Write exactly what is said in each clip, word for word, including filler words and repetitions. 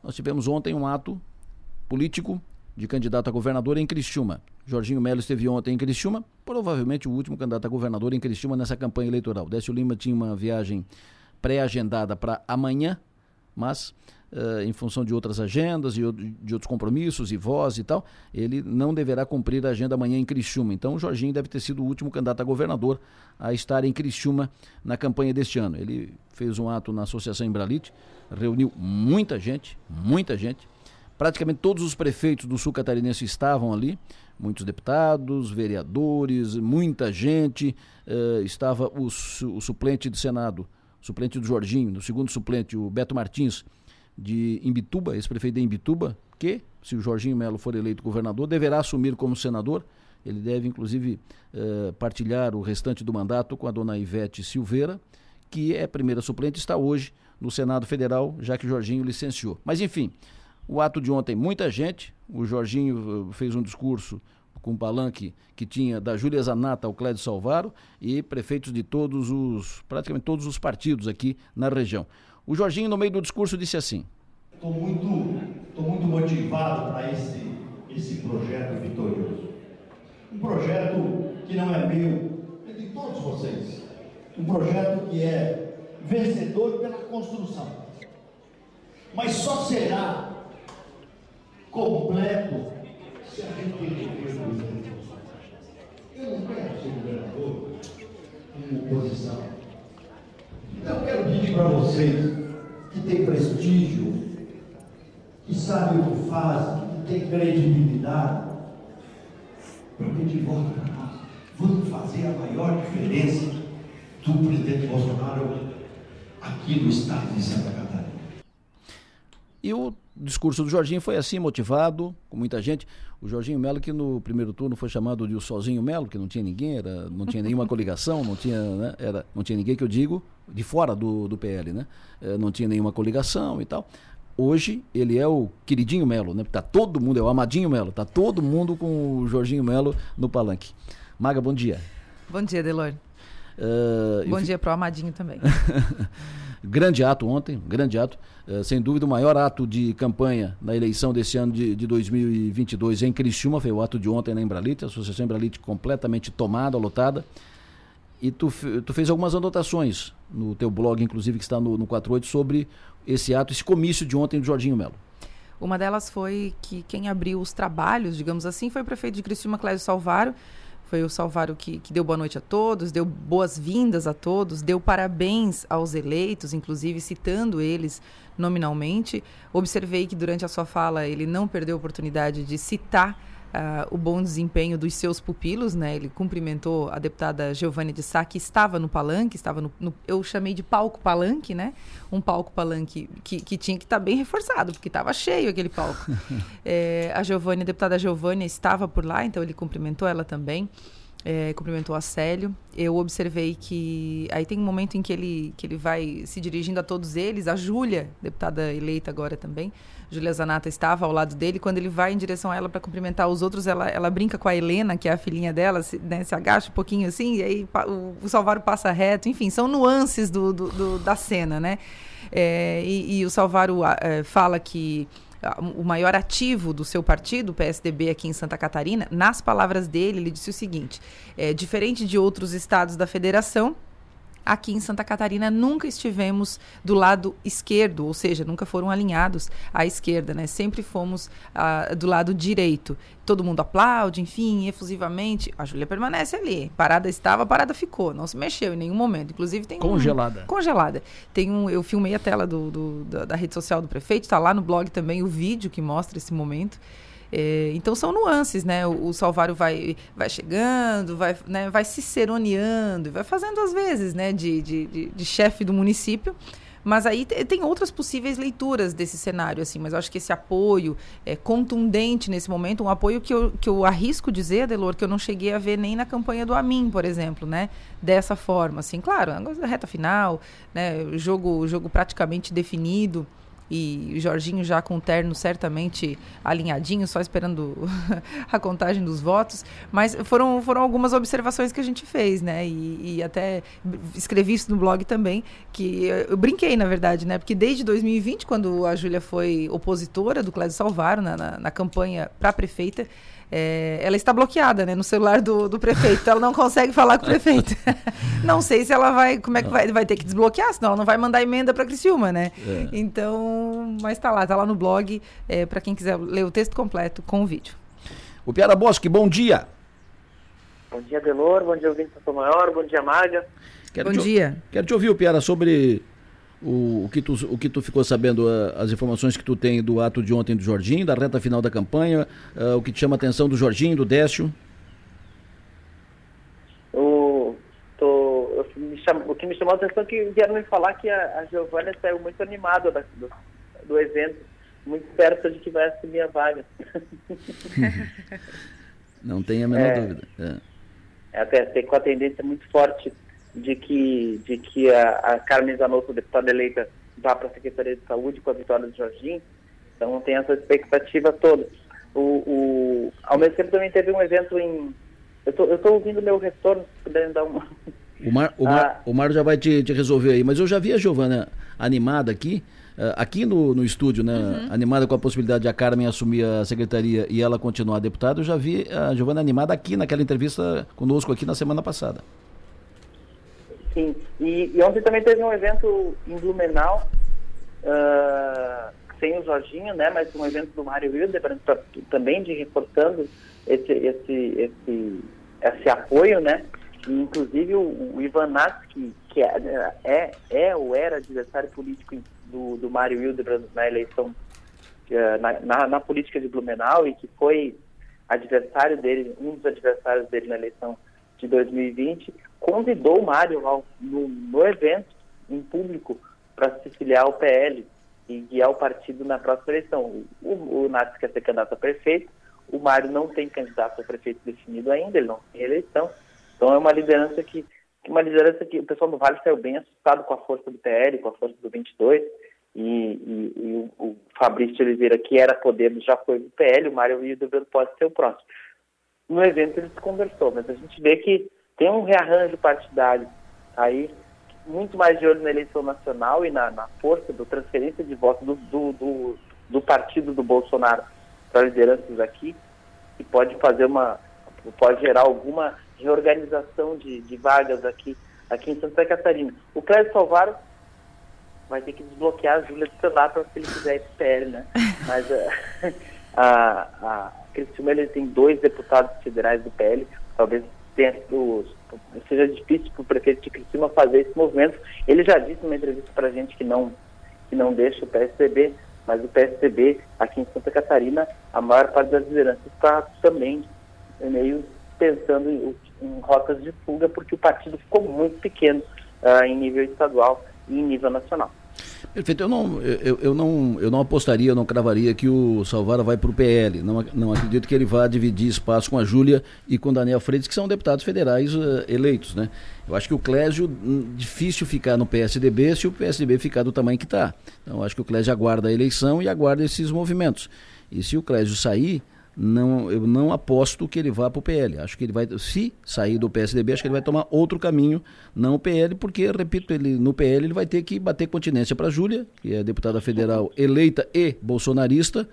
nós tivemos ontem um ato político de candidato a governador em Criciúma. Jorginho Melo esteve ontem em Criciúma, provavelmente o último candidato a governador em Criciúma nessa campanha eleitoral. Décio Lima tinha uma viagem pré-agendada para amanhã, mas uh, em função de outras agendas e de outros compromissos e voz e tal, ele não deverá cumprir a agenda amanhã em Criciúma. Então o Jorginho deve ter sido o último candidato a governador a estar em Criciúma na campanha deste ano. Ele fez um ato na Associação Embralite, reuniu muita gente, muita gente. Praticamente todos os prefeitos do sul catarinense estavam ali, muitos deputados, vereadores, muita gente. Uh, estava o, su, o suplente do Senado, o suplente do Jorginho, o segundo suplente, o Beto Martins, de Imbituba, ex-prefeito de Imbituba, que, se o Jorginho Melo for eleito governador, deverá assumir como senador. Ele deve, inclusive, uh, partilhar o restante do mandato com a dona Ivete Silveira, que é primeira suplente, está hoje no Senado Federal, já que o Jorginho licenciou. Mas, enfim, o ato de ontem, muita gente. O Jorginho fez um discurso com um palanque que tinha da Júlia Zanata ao Clédio Salvaro e prefeitos de todos os, praticamente todos os partidos aqui na região. O Jorginho, no meio do discurso, disse assim: Estou muito, estou muito motivado para esse, esse projeto vitorioso. Um projeto que não é meu, é de todos vocês. Um projeto que é vencedor pela construção. Mas só será completo se a gente resolver o governo. Eu não quero ser governador em oposição. Então eu quero pedir para vocês que têm prestígio, que sabem o que fazem, que têm credibilidade, para pedir voto para nós. Vamos fazer a maior diferença do presidente Bolsonaro aqui no estado de Santa Catarina. E o discurso do Jorginho foi assim, motivado, com muita gente. O Jorginho Melo, que no primeiro turno foi chamado de o Sozinho Melo, que não tinha ninguém, era, não tinha nenhuma coligação, não tinha, né, era, não tinha ninguém, que eu digo, de fora do, do P L, né? É, não tinha nenhuma coligação e tal. Hoje ele é o queridinho Melo, né? Tá todo mundo, é o amadinho Melo, tá todo mundo com o Jorginho Melo no palanque. Maga, bom dia. Bom dia, Delor. Uh, bom dia fi... pro amadinho também. Grande ato ontem, grande ato, uh, sem dúvida o maior ato de campanha na eleição desse ano de, de dois mil e vinte e dois em Criciúma, foi o ato de ontem na Embralite, a Associação Embralite completamente tomada, lotada, e tu, tu fez algumas anotações no teu blog, inclusive, que está no, no quatro oito, sobre esse ato, esse comício de ontem do Jorginho Melo. Uma delas foi que quem abriu os trabalhos, digamos assim, foi o prefeito de Criciúma, Clédio Salvaro. Foi o Salvaro que, que deu boa noite a todos, deu boas-vindas a todos, deu parabéns aos eleitos, inclusive citando eles nominalmente. Observei que durante a sua fala ele não perdeu a oportunidade de citar uh, o bom desempenho dos seus pupilos, né? Ele cumprimentou a deputada Giovânia de Sá, que estava no palanque, estava no, no, eu chamei de palco palanque, né? Um palco palanque que, que tinha que estar bem reforçado, porque estava cheio aquele palco. é, a Giovânia, a deputada Giovânia estava por lá, então ele cumprimentou ela também. É, cumprimentou a Célio. Eu observei que aí tem um momento em que ele, que ele vai se dirigindo a todos eles. A Júlia, deputada eleita agora também, Júlia Zanata, estava ao lado dele. Quando ele vai em direção a ela para cumprimentar os outros, ela, ela brinca com a Helena, que é a filhinha dela, se, né, se agacha um pouquinho assim, e aí o, o Salvaro passa reto. Enfim, são nuances do, do, do, da cena, né? É, e, e o Salvaro é, fala que o maior ativo do seu partido, o P S D B, aqui em Santa Catarina, nas palavras dele, ele disse o seguinte: é, diferente de outros estados da federação, aqui em Santa Catarina nunca estivemos do lado esquerdo, ou seja, nunca foram alinhados à esquerda, né? Sempre fomos ah, do lado direito. Todo mundo aplaude, enfim, efusivamente. A Júlia permanece ali. Parada estava, parada ficou. Não se mexeu em nenhum momento. Inclusive tem Congelada. Um, congelada. Tem um, eu filmei a tela do, do, da, da rede social do prefeito, está lá no blog também o vídeo que mostra esse momento. É, então são nuances, né? O, o Salvaro vai, vai chegando, vai, né, vai se ceroneando, vai fazendo às vezes, né, de, de, de, de chefe do município, mas aí te, tem outras possíveis leituras desse cenário, assim, mas eu acho que esse apoio é contundente nesse momento, um apoio que eu, que eu arrisco dizer, Adelor, que eu não cheguei a ver nem na campanha do Amin, por exemplo, né? Dessa forma, assim, claro, a reta final, né? O jogo, jogo praticamente definido. e o Jorginho já com o terno certamente alinhadinho, só esperando a contagem dos votos, mas foram, foram algumas observações que a gente fez, né, e, e até escrevi isso no blog também, que eu, eu brinquei, na verdade, né, porque desde dois mil e vinte, quando a Júlia foi opositora do Clésio Salvaro na, na, na campanha para prefeita, É, ela está bloqueada, né, no celular do, do prefeito, ela não consegue falar com o prefeito. Não sei se ela vai, como é que vai, vai ter que desbloquear, senão ela não vai mandar emenda para Criciúma, né? É. Então, mas tá lá, tá lá no blog, é, para quem quiser ler o texto completo com o vídeo. O Piara Bosque, bom dia. Bom dia, Delor, bom dia, ouvinte do Sou Maior, bom dia, Maga. Quero bom te, dia. Quero te ouvir, Piara, sobre O, o, que tu, o que tu ficou sabendo, uh, as informações que tu tem do ato de ontem do Jorginho, da reta final da campanha, uh, o que te chama a atenção do Jorginho, do Décio? O, tô, eu, me chamo, o que me chamou a atenção é que vieram me falar que a, a Giovânia saiu muito animada da, do, do evento, muito perto de que vai assumir a vaga. Não tem a menor é, dúvida. É. É, até, até com a tendência muito forte de que, de que a, a Carmen Zanotto, deputada eleita, vá para a Secretaria de Saúde com a vitória do Jorginho. Então tem essa expectativa toda. O, o, ao mesmo tempo também teve um evento em... Eu estou ouvindo o meu retorno, se puderem dar uma... O Mar, o Mar, ah, o Mar já vai te, te resolver aí, mas eu já vi a Giovana animada aqui, uh, aqui no, no estúdio, né, uhum. animada com a possibilidade de a Carmen assumir a secretaria e ela continuar deputada. Eu já vi a Giovana animada aqui naquela entrevista conosco aqui na semana passada. Sim, e, e ontem também teve um evento em Blumenau, uh, sem o Jorginho, né, mas um evento do Mário Hildebrand, também de reforçando esse, esse, esse, esse apoio, né, e inclusive o, o Ivan Nats, que, que é, é, é ou era adversário político do, do Mário Hildebrand na eleição, uh, na, na, na política de Blumenau, e que foi adversário dele, um dos adversários dele na eleição de dois mil e vinte, convidou o Mário ao, no, no evento, em público, para se filiar ao P L e guiar o partido na próxima eleição. O, o, o Nats quer ser candidato a prefeito, o Mário não tem candidato a prefeito definido ainda, ele não tem eleição. Então é uma liderança que, uma liderança que o pessoal do Vale saiu bem assustado com a força do P L, com a força do vinte e dois, e, e, e o, o Fabrício de Oliveira, que era Podemos, já foi do P L, o Mário Hildebrand pode ser o próximo. No evento ele se conversou, mas a gente vê que tem um rearranjo partidário aí, muito mais de olho na eleição nacional e na, na força da transferência de votos do, do, do, do partido do Bolsonaro para lideranças aqui, que pode fazer uma, pode gerar alguma reorganização de, de vagas aqui, aqui em Santa Catarina. O Clésio Salvaro vai ter que desbloquear a Júlia do celular para se ele quiser ir para o P L, né? Mas a, a, a Criciúma, ele tem dois deputados federais do P L, talvez tenha, o, seja difícil para o prefeito de Criciúma fazer esse movimento. Ele já disse numa entrevista para a gente que não, que não deixa o P S D B, mas o P S D B aqui em Santa Catarina, a maior parte das lideranças está também meio pensando em, em rotas de fuga, porque o partido ficou muito pequeno uh, em nível estadual e em nível nacional. Perfeito, eu não, eu, eu, não, eu não apostaria, eu não cravaria que o Salvaro vai para o P L, não, não acredito que ele vá dividir espaço com a Júlia e com o Daniel Freitas, que são deputados federais uh, eleitos, né? Eu acho que o Clésio, hum, difícil ficar no P S D B se o P S D B ficar do tamanho que está. Então eu acho que o Clésio aguarda a eleição e aguarda esses movimentos. E se o Clésio sair, não, eu não aposto que ele vá para o P L. Acho que ele vai, se sair do P S D B, acho que ele vai tomar outro caminho, não o P L, porque, repito, ele, no P L ele vai ter que bater continência para a Júlia, que é deputada federal eleita e bolsonarista,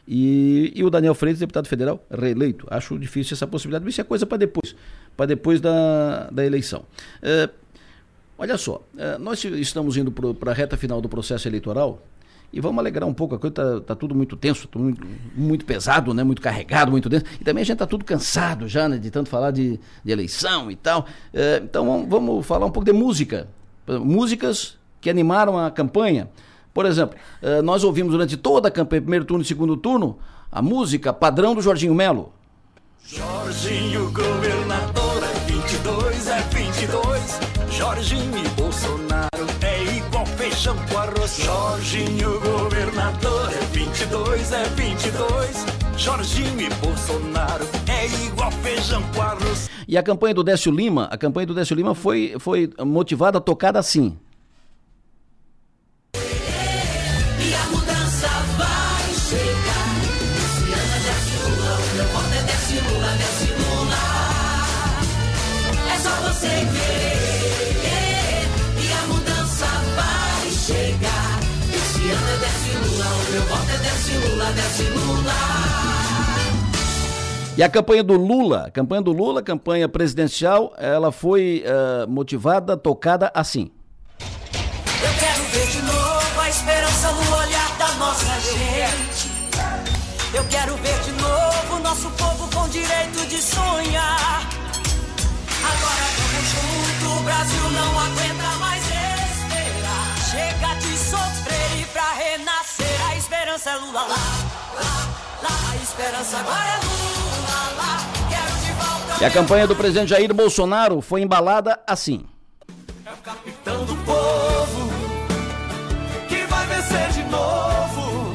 e, e o Daniel Freitas, deputado federal reeleito. Acho difícil essa possibilidade, mas isso é coisa para depois, para depois da, da eleição. É, olha só, é, nós estamos indo para a reta final do processo eleitoral. E vamos alegrar um pouco, a coisa está tá tudo muito tenso, tudo muito, muito pesado, né? Muito carregado, muito denso. E também a gente está tudo cansado já, né? De tanto falar de, de eleição e tal. É, então vamos, vamos falar um pouco de música. Músicas que animaram a campanha. Por exemplo, é, nós ouvimos durante toda a campanha, primeiro turno e segundo turno, a música Padrão do Jorginho Melo. Jorginho governador é vinte e dois, é vinte e dois. Jorginho e Bolsonaro é igual feijão com arroz. Jorginho governador é vinte e dois, é vinte e dois. Jorginho e Bolsonaro é igual feijão com arroz. E a campanha do Décio Lima, a campanha do Décio Lima foi, foi motivada, tocada assim. E a mudança desce Lula, desce Lula. E a campanha do Lula, a campanha do Lula, campanha presidencial, ela foi uh, motivada, tocada assim. Eu quero ver de novo a esperança no olhar da nossa gente. Eu quero ver de novo nosso povo com direito de sonhar. Agora vamos junto, o Brasil não aguenta mais esperar. Chega de sofrer e pra renascer a esperança é Lula lá, lá, lá. A esperança agora é Lula lá. Quero de volta. E a campanha do presidente Jair Bolsonaro foi embalada assim. É o capitão do povo que vai vencer de novo.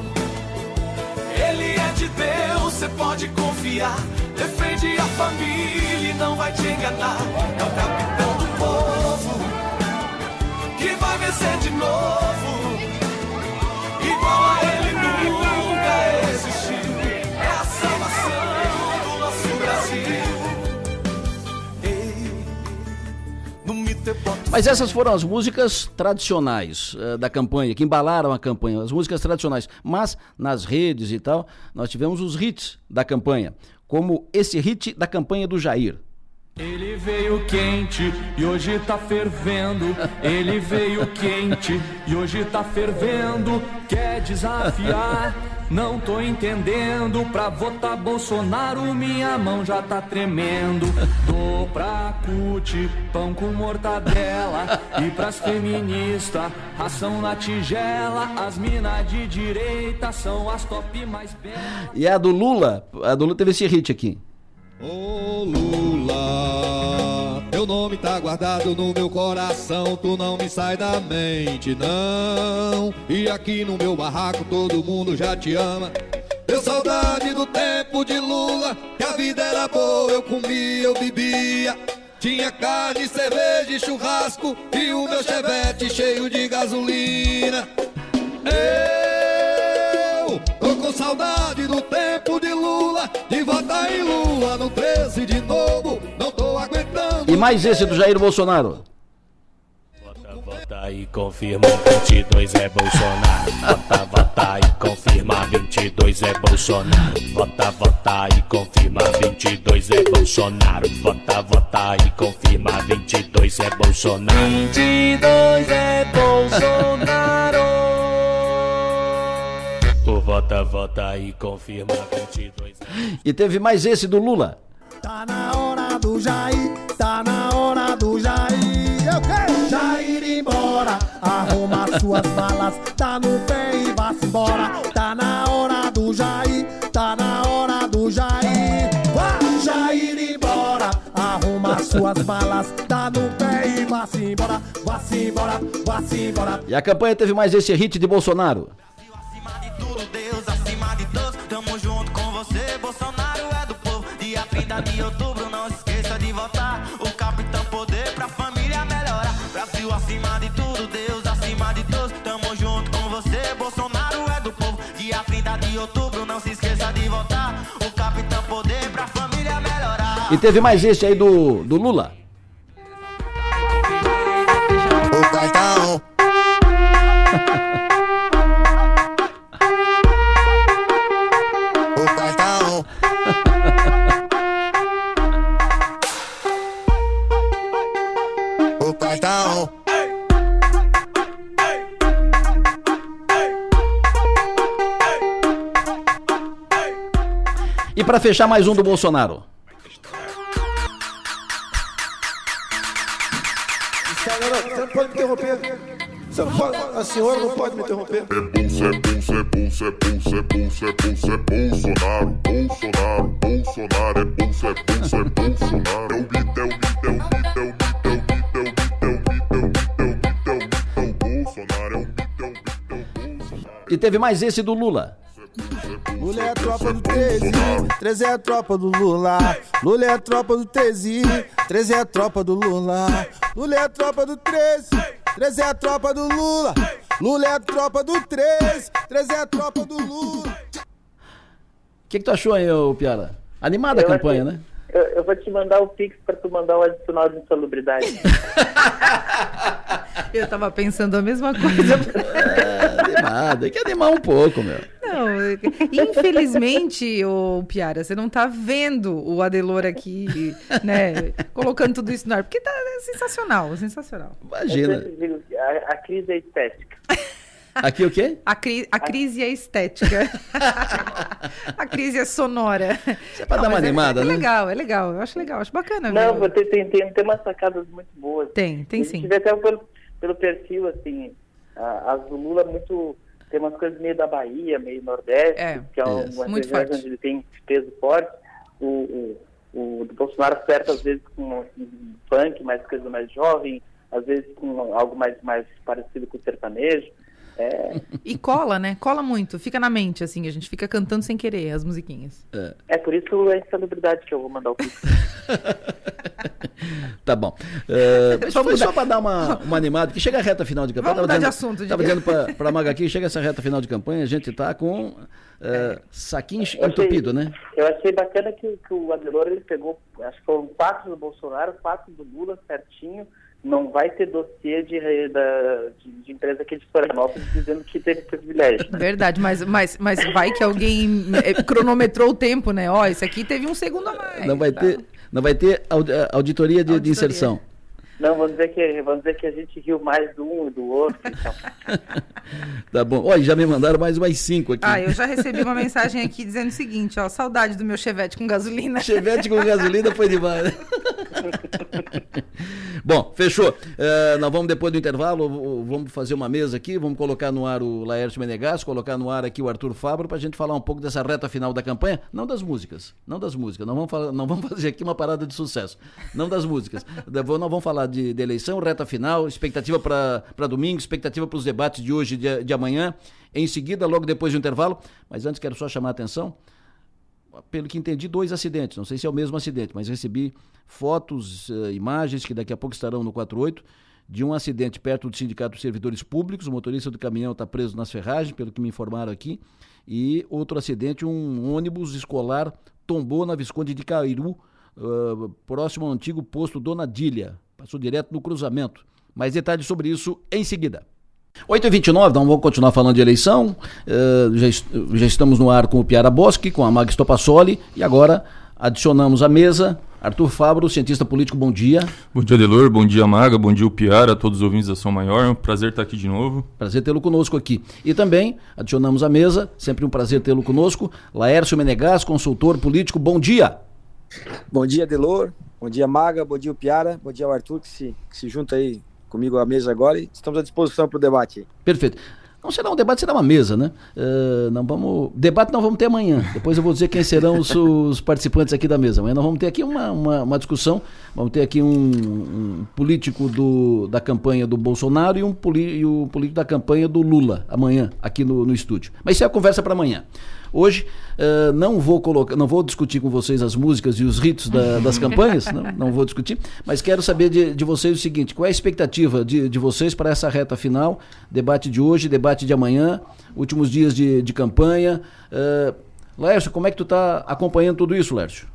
Ele é de Deus, você pode confiar. Defende a família e não vai te enganar. É o capitão do povo que vai vencer de novo. Igual a ele nunca existiu. É a salvação do nosso Brasil. Ei, não me dê bota. Mas essas foram as músicas tradicionais uh, da campanha, que embalaram a campanha, as músicas tradicionais. Mas nas redes e tal, nós tivemos os hits da campanha, como esse hit da campanha do Jair. Ele veio quente e hoje tá fervendo. Ele veio quente e hoje tá fervendo. Quer desafiar? Não tô entendendo. Pra votar Bolsonaro minha mão já tá tremendo. Dou pra cut, pão com mortadela. E pras feministas, ração na tigela. As minas de direita são as top mais belas. E a do Lula, a do Lula teve esse hit aqui. Ô Lula, teu nome tá guardado no meu coração, tu não me sai da mente, não. E aqui no meu barraco todo mundo já te ama. Deu saudade do tempo de Lula, que a vida era boa, eu comia, eu bebia. Tinha carne, cerveja e churrasco, e o meu chevette cheio de gasolina. Eu tô com saudade do tempo de Lula, de votar em Lula no treze de novo, não tô aguentando. E mais esse do Jair Bolsonaro. Vota, vota e confirma, vinte e dois é Bolsonaro. Vota, vota e confirma, vinte e dois é Bolsonaro. Vota, vota e confirma, vinte e dois é Bolsonaro. Vota, vota e confirma, vinte e dois é Bolsonaro. vinte e dois é Bolsonaro. O vota, vota e confirma, vinte e dois é... E teve mais esse do Lula. Tá na hora do Jair, tá na hora do Jair. Eu quero Jair ir embora, arruma suas malas, tá no pé e vá-se embora. Tá na hora do Jair, tá na hora do Jair. Vá, Jair ir embora, arruma suas malas, tá no pé e vá-se embora. Vá-se embora, vá-se embora. E a campanha teve mais esse hit de Bolsonaro. Acima de tudo, Deus, acima de todos, tamo junto com você, Bolsonaro é do povo. Dia trinta de outubro, não esqueça de votar. O capitão poder pra família melhorar. Brasil acima de tudo, Deus acima de todos, tamo junto com você, Bolsonaro é do povo. Dia trinta de outubro, não se esqueça de votar. O capitão poder pra família melhorar. E teve mais esse aí do, do Lula. O cartão. E para fechar, mais um do Bolsonaro. Você não pode me interromper. Você não pode, a senhora não pode me interromper. É bolsa, é bolsa, é bolsa, é bolsa, é bolsa, é bolsa, é Bolsonaro, Bolsonaro, Bolsonaro, é bolsa, é bolsa, é Bolsonaro. É o mito, é o mito, é o mito, é o mito, é o mito, é o mito, é o mito, é o mito, é o mito, é o Bolsonaro, é o mito, é o mito, é o Bolsonaro. E teve mais esse do Lula. Lula é a tropa do treze, treze é a tropa do Lula. Lula é a tropa do treze, treze é a tropa do Lula. Lula é a tropa do treze, treze é a tropa do Lula. Lula é a tropa do treze, treze é a tropa do Lula. O que, que tu achou aí, ô Piara? Animada a Eu campanha, achei, né? Eu, eu vou te mandar o Pix para tu mandar o adicional de insalubridade. Eu tava pensando a mesma coisa. É, animado, tem que animar um pouco, meu. Não, infelizmente, ô Piara, você não tá vendo o Adelor aqui, né, colocando tudo isso no ar, porque tá sensacional, sensacional. Imagina. Digo, a, a crise é estética. Aqui o quê? A, cri a crise é estética. A crise é sonora. Isso é pra não, dar uma animada, é, é né? É legal, é legal. Eu acho legal, acho bacana. Não, tem, tem, tem, tem umas sacadas muito boas. Tem, tem sim. A gente vê até pelo, pelo perfil, assim, a, as do Lula muito... Tem umas coisas meio da Bahia, meio Nordeste, é, que é é, uma região onde ele tem peso forte. O, o, o do Bolsonaro acerta, às vezes, com um funk, mais coisa mais jovem, às vezes com algo mais, mais parecido com o sertanejo. É... E cola, né? Cola muito, fica na mente, assim, a gente fica cantando sem querer as musiquinhas. É, é por isso a insalubridade que eu vou mandar o pix. Tá bom. Uh, mas foi só para dar uma, uma animada, que chega a reta final de campanha. Vamos mudar dizendo, de assunto. Estava dizendo para a Maga aqui, chega essa reta final de campanha, a gente está com uh, é. saquinho eu entupido, achei, né? Eu achei bacana que, que o Adelor, ele pegou, acho que foram quatro do Bolsonaro, quatro do Lula, certinho. Não vai ter dossiê de, da, de, de empresa aqui de Florianópolis dizendo que teve privilégio. Verdade, mas, mas, mas vai que alguém cronometrou o tempo, né? Ó, esse aqui teve um segundo a mais. Não vai tá? ter, não vai ter auditoria de, auditoria de inserção. Não, vamos dizer, que, vamos dizer que a gente riu mais do um e do outro. Então. Tá bom. Olha, já me mandaram mais umas cinco aqui. Ah, eu já recebi uma mensagem aqui dizendo o seguinte, ó, saudade do meu Chevette com gasolina. Chevette com gasolina foi demais. Bom, fechou. Uh, nós vamos, depois do intervalo, vamos fazer uma mesa aqui, vamos colocar no ar o Laércio Menegas, colocar no ar aqui o Arthur Fabro, pra gente falar um pouco dessa reta final da campanha, não das músicas, não das músicas, não vamos, falar, não vamos fazer aqui uma parada de sucesso, não das músicas. Nós vamos falar de, de eleição, reta final, expectativa para domingo, expectativa para os debates de hoje e de, de amanhã, em seguida, logo depois do intervalo, mas antes quero só chamar a atenção, pelo que entendi, dois acidentes, não sei se é o mesmo acidente, mas recebi fotos, uh, imagens que daqui a pouco estarão no quatro oito, de um acidente perto do Sindicato dos Servidores Públicos, o motorista do caminhão está preso nas ferragens, pelo que me informaram aqui, e outro acidente, um ônibus escolar tombou na Visconde de Cairu, uh, próximo ao antigo posto Dona Dília, passou direto no cruzamento. Mais detalhes sobre isso em seguida. oito e vinte e nove, então vamos continuar falando de eleição, uh, já, já estamos no ar com o Piara Boschi, com a Maga Stopassoli, e agora adicionamos à mesa Arthur Fabro, cientista político, bom dia. Bom dia, Adelor, bom dia, Maga, bom dia, o Piara, a todos os ouvintes da Som Maior, é um prazer estar aqui de novo. Prazer tê-lo conosco aqui. E também adicionamos à mesa, sempre um prazer tê-lo conosco, Laércio Menegas, consultor político, bom dia. Bom dia, Adelor, bom dia, Maga, bom dia, o Piara, bom dia ao Arthur, que se, que se junta aí comigo à mesa agora e estamos à disposição para o debate. Perfeito. Não será um debate, será uma mesa, né? Uh, não vamos, debate não vamos ter amanhã. Depois eu vou dizer quem serão os, os participantes aqui da mesa. Amanhã nós vamos ter aqui uma, uma, uma discussão, vamos ter aqui um, um político do, da campanha do Bolsonaro e, um poli, e o político da campanha do Lula, amanhã, aqui no, no estúdio. Mas isso é a conversa para amanhã. Hoje, uh, não vou colocar, não vou discutir com vocês as músicas e os ritos da, das campanhas, não, não vou discutir, mas quero saber de, de vocês o seguinte, qual é a expectativa de, de vocês para essa reta final, debate de hoje, debate de amanhã, últimos dias de, de campanha. Uh, Laércio, como é que tu está acompanhando tudo isso, Laércio?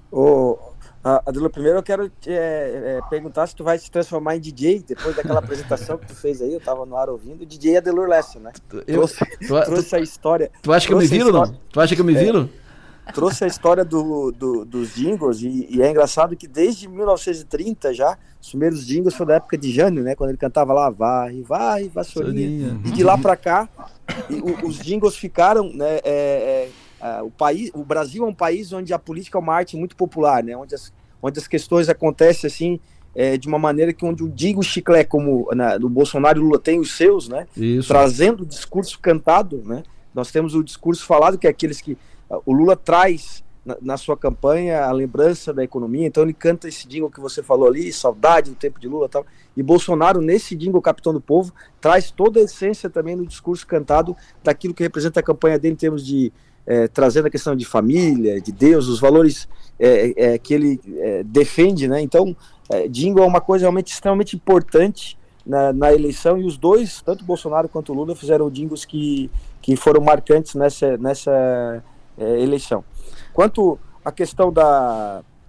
Ô, Adelor, primeiro eu quero é, é, perguntar se tu vai se transformar em D J, depois daquela apresentação que tu fez aí, eu estava no ar ouvindo, D J Adelor Lécio, né? Eu, trouxe tu, trouxe tu, a história... Tu acha que eu me viro, não? Tu acha que eu me viro? É, trouxe a história do, do, dos jingles e, e é engraçado que desde mil novecentos e trinta já, os primeiros jingles foram da época de Jânio, né? Quando ele cantava lá, varre, varre, vassourinha. E de lá pra cá, e, o, os jingles ficaram, né? É, é, Uh, o, país, o Brasil é um país onde a política é uma arte muito popular, né? onde, as, onde as questões acontecem assim, é, de uma maneira que onde o digo chiclé, como na, o Bolsonaro e o Lula tem os seus, né? Trazendo o discurso cantado, né? Nós temos o discurso falado, que é aqueles que uh, o Lula traz na, na sua campanha a lembrança da economia, então ele canta esse jingle que você falou ali, saudade do tempo de Lula e tal, e Bolsonaro nesse jingle Capitão do Povo traz toda a essência também no discurso cantado daquilo que representa a campanha dele em termos de É, trazendo a questão de família, de Deus, os valores é, é, que ele é, defende, né? Então, é, jingle é uma coisa realmente extremamente importante na, na eleição, e os dois, tanto o Bolsonaro quanto o Lula, fizeram jingles que, que foram marcantes nessa, nessa é, eleição. Quanto à questão da,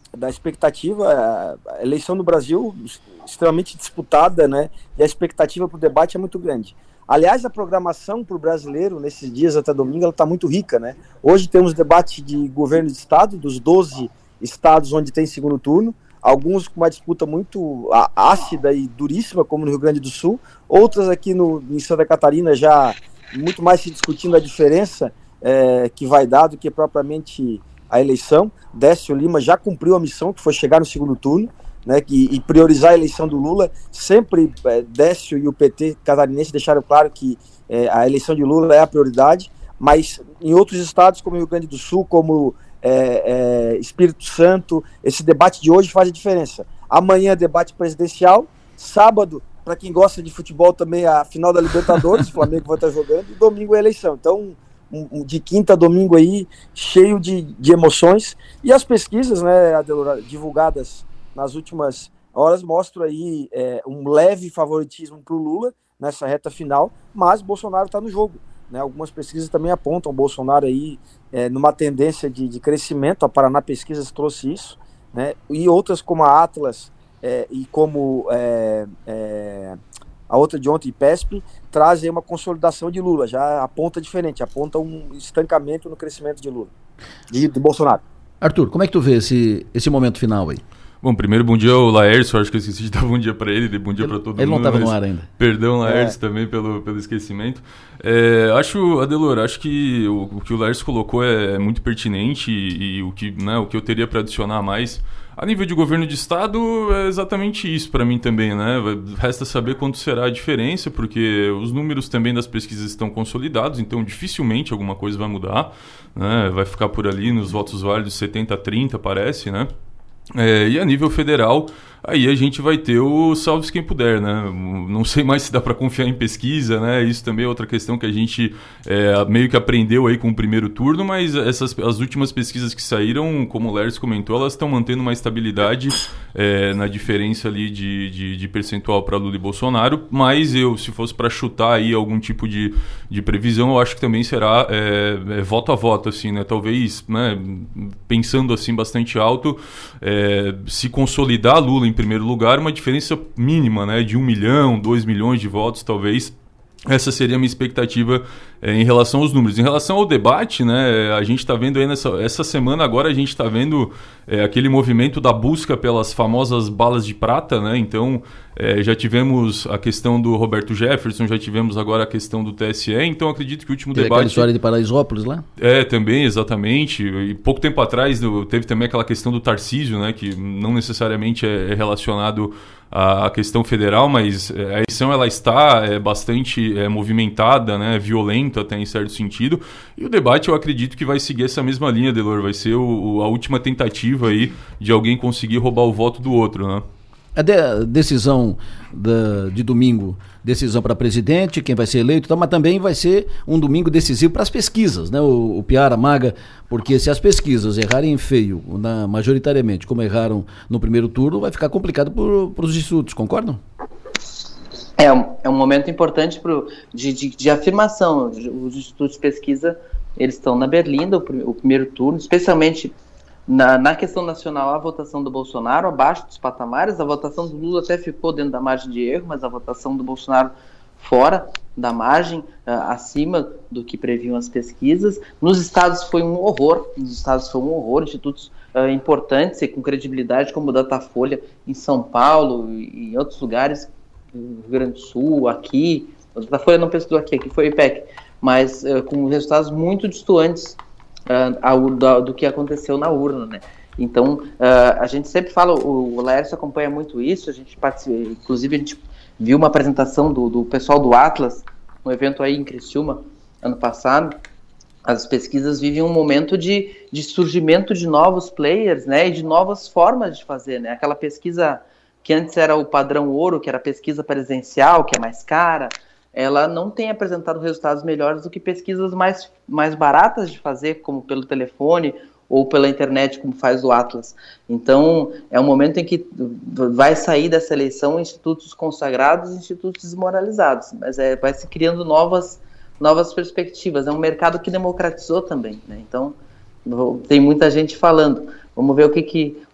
da expectativa, a eleição no Brasil extremamente disputada, né? E a expectativa para o debate é muito grande. Aliás, a programação para o brasileiro, nesses dias até domingo, ela está muito rica, né? Hoje temos debate de governo de estado, dos doze estados onde tem segundo turno, alguns com uma disputa muito ácida e duríssima, como no Rio Grande do Sul, outras aqui no, em Santa Catarina já muito mais se discutindo a diferença é, que vai dar do que propriamente a eleição. Décio Lima já cumpriu a missão, que foi chegar no segundo turno, né, que, e priorizar a eleição do Lula. Sempre é, Décio e o P T catarinense deixaram claro que é, a eleição de Lula é a prioridade, mas em outros estados, como Rio Grande do Sul, como é, é, Espírito Santo, esse debate de hoje faz a diferença. Amanhã, debate presidencial. Sábado, para quem gosta de futebol, também a final da Libertadores, o Flamengo vai estar jogando, e domingo é a eleição. Então, um, um, de quinta a domingo aí, cheio de, de emoções. E as pesquisas, né, Adelora, divulgadas nas últimas horas, mostram aí é, um leve favoritismo para o Lula nessa reta final, mas Bolsonaro está no jogo, né? Algumas pesquisas também apontam o Bolsonaro aí é, numa tendência de, de crescimento. A Paraná Pesquisas trouxe isso, né? E outras como a Atlas é, e como é, é, a outra de ontem, P E S P, trazem uma consolidação de Lula, já aponta diferente, aponta um estancamento no crescimento de Lula, de, de Bolsonaro. Arthur, como é que tu vê esse, esse momento final aí? Bom, primeiro, bom dia ao Laércio, acho que eu esqueci de dar bom dia para ele, de bom dia para todo ele mundo. Ele não estava no ar ainda. Perdão, Laércio, é. também pelo, pelo esquecimento. É, acho, Adelor, acho que o, o que o Laércio colocou é, é muito pertinente e, e o, que, né, o que eu teria para adicionar mais a nível de governo de estado é exatamente isso para mim também, né? Resta saber quanto será a diferença, porque os números também das pesquisas estão consolidados, então dificilmente alguma coisa vai mudar, né? Vai ficar por ali nos votos válidos setenta a trinta, parece, né? É, e a nível federal, aí a gente vai ter o salve-se quem puder, né? Não sei mais se dá para confiar em pesquisa, né? Isso também é outra questão que a gente é, meio que aprendeu aí com o primeiro turno, mas essas, as últimas pesquisas que saíram, como o Lércio comentou, elas estão mantendo uma estabilidade é, na diferença ali de, de, de percentual para Lula e Bolsonaro, mas eu, se fosse para chutar aí algum tipo de, de previsão, eu acho que também será é, é, voto a voto, assim, né? Talvez, né, pensando assim bastante alto, é, se consolidar Lula em primeiro lugar, uma diferença mínima, né, de um milhão, dois milhões de votos, talvez. Essa seria a minha expectativa é, em relação aos números. Em relação ao debate, né, a gente está vendo aí nessa essa semana agora, a gente está vendo é, aquele movimento da busca pelas famosas balas de prata, né? Então, é, já tivemos a questão do Roberto Jefferson, já tivemos agora a questão do T S E, então acredito que o último teve debate... aquela história de Paraisópolis lá? É, também, exatamente. E pouco tempo atrás teve também aquela questão do Tarcísio, né, que não necessariamente é relacionado a questão federal, mas a eleição ela está é, bastante é, movimentada, né, violenta até em certo sentido, e o debate eu acredito que vai seguir essa mesma linha, Delor, vai ser o, o, a última tentativa aí de alguém conseguir roubar o voto do outro, né? A de, decisão da, de domingo, decisão para presidente, quem vai ser eleito, tá, mas também vai ser um domingo decisivo para as pesquisas, né? O, o Piara, Maga, porque se as pesquisas errarem feio, na, majoritariamente, como erraram no primeiro turno, vai ficar complicado para os institutos, concordam? É um, é um momento importante pro, de, de, de afirmação. Os institutos de pesquisa, eles estão na berlinda, o, o primeiro turno, especialmente... Na, na questão nacional, a votação do Bolsonaro abaixo dos patamares, a votação do Lula até ficou dentro da margem de erro, mas a votação do Bolsonaro fora da margem, uh, acima do que previam as pesquisas. Nos estados foi um horror, nos estados foi um horror, institutos uh, importantes e com credibilidade, como o Datafolha em São Paulo e em outros lugares, no Rio Grande do Sul, aqui, o Datafolha não pesquisou aqui, aqui foi o I P E C, mas uh, com resultados muito distantes Uh, ao, do, do que aconteceu na urna, né? Então, uh, a gente sempre fala, o, o Laércio acompanha muito isso, a gente participa, inclusive a gente viu uma apresentação do, do pessoal do Atlas, um evento aí em Criciúma, ano passado. As pesquisas vivem um momento de, de surgimento de novos players, né? E de novas formas de fazer, né? Aquela pesquisa que antes era o padrão ouro, que era a pesquisa presencial, que é mais cara, ela não tem apresentado resultados melhores do que pesquisas mais, mais baratas de fazer, como pelo telefone ou pela internet, como faz o Atlas. Então, é um momento em que vai sair dessa eleição institutos consagrados e institutos desmoralizados, mas é, vai se criando novas, novas perspectivas. É um mercado que democratizou também, né? Então, tem muita gente falando. Vamos ver o que, que,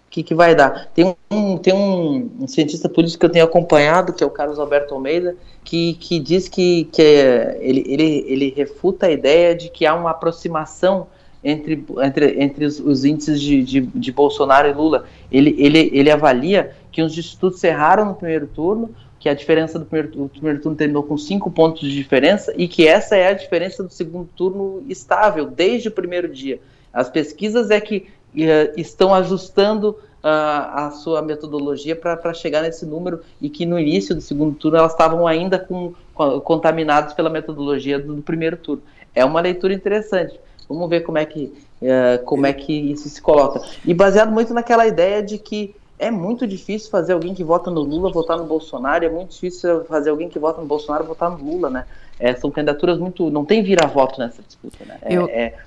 que, que vai dar. Tem, um, tem um, um cientista político que eu tenho acompanhado, que é o Carlos Alberto Almeida, que, que diz que, que é, ele, ele, ele refuta a ideia de que há uma aproximação entre, entre, entre os, os índices de, de, de Bolsonaro e Lula. Ele, ele, ele avalia que os institutos erraram no primeiro turno, que a diferença do primeiro, do primeiro turno terminou com cinco pontos de diferença e que essa é a diferença do segundo turno estável, desde o primeiro dia. As pesquisas é que uh, estão ajustando uh, a sua metodologia para chegar nesse número e que no início do segundo turno elas estavam ainda com, com, contaminadas pela metodologia do, do primeiro turno. É uma leitura interessante. Vamos ver como é que, uh, como é que isso se coloca. E baseado muito naquela ideia de que é muito difícil fazer alguém que vota no Lula votar no Bolsonaro, é muito difícil fazer alguém que vota no Bolsonaro votar no Lula, né? É, são candidaturas muito... Não tem vira-voto nessa disputa, né? É, eu, é...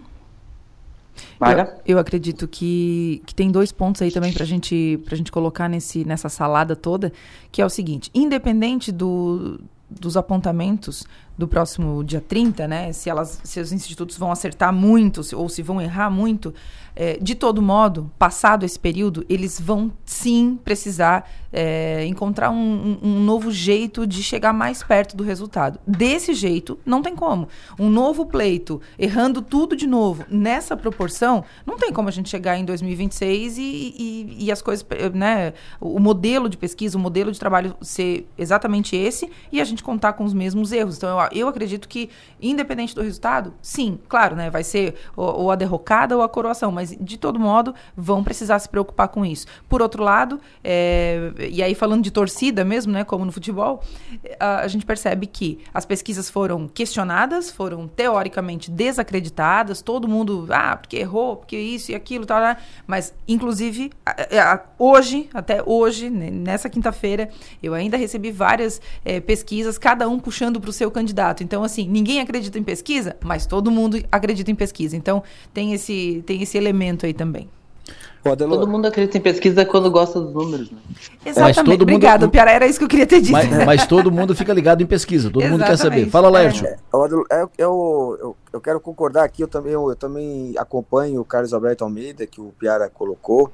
eu, eu acredito que, que tem dois pontos aí também pra gente, pra gente colocar nesse, nessa salada toda, que é o seguinte, independente do, dos apontamentos do próximo dia trinta, né? Se, elas, se os institutos vão acertar muito se, ou se vão errar muito, é, de todo modo, passado esse período, eles vão sim precisar é, encontrar um, um, um novo jeito de chegar mais perto do resultado. Desse jeito, não tem como. Um novo pleito, errando tudo de novo, nessa proporção, não tem como a gente chegar em dois mil e vinte e seis e, e, e as coisas, né? O modelo de pesquisa, o modelo de trabalho ser exatamente esse e a gente contar com os mesmos erros. Então, eu Eu acredito que, independente do resultado, sim, claro, né, vai ser ou, ou a derrocada ou a coroação, mas, de todo modo, vão precisar se preocupar com isso. Por outro lado, é, e aí falando de torcida mesmo, né, como no futebol, a, a gente percebe que as pesquisas foram questionadas, foram teoricamente desacreditadas, todo mundo, ah, porque errou, porque isso e aquilo, tal, tal, mas, inclusive, a, a, hoje, até hoje, nessa quinta-feira, eu ainda recebi várias é, pesquisas, cada um puxando para o seu candidato. Então, assim, ninguém acredita em pesquisa, mas todo mundo acredita em pesquisa. Então, tem esse, tem esse elemento aí também. Todo mundo acredita em pesquisa quando gosta dos números, né? Exatamente. Obrigado, mundo... Piara, era isso que eu queria ter dito. Mas, mas todo mundo fica ligado em pesquisa, todo Exatamente. Mundo quer saber. Fala, Laércio. É, eu, eu, eu, eu quero concordar aqui, eu também, eu, eu também acompanho o Carlos Alberto Almeida, que o Piara colocou,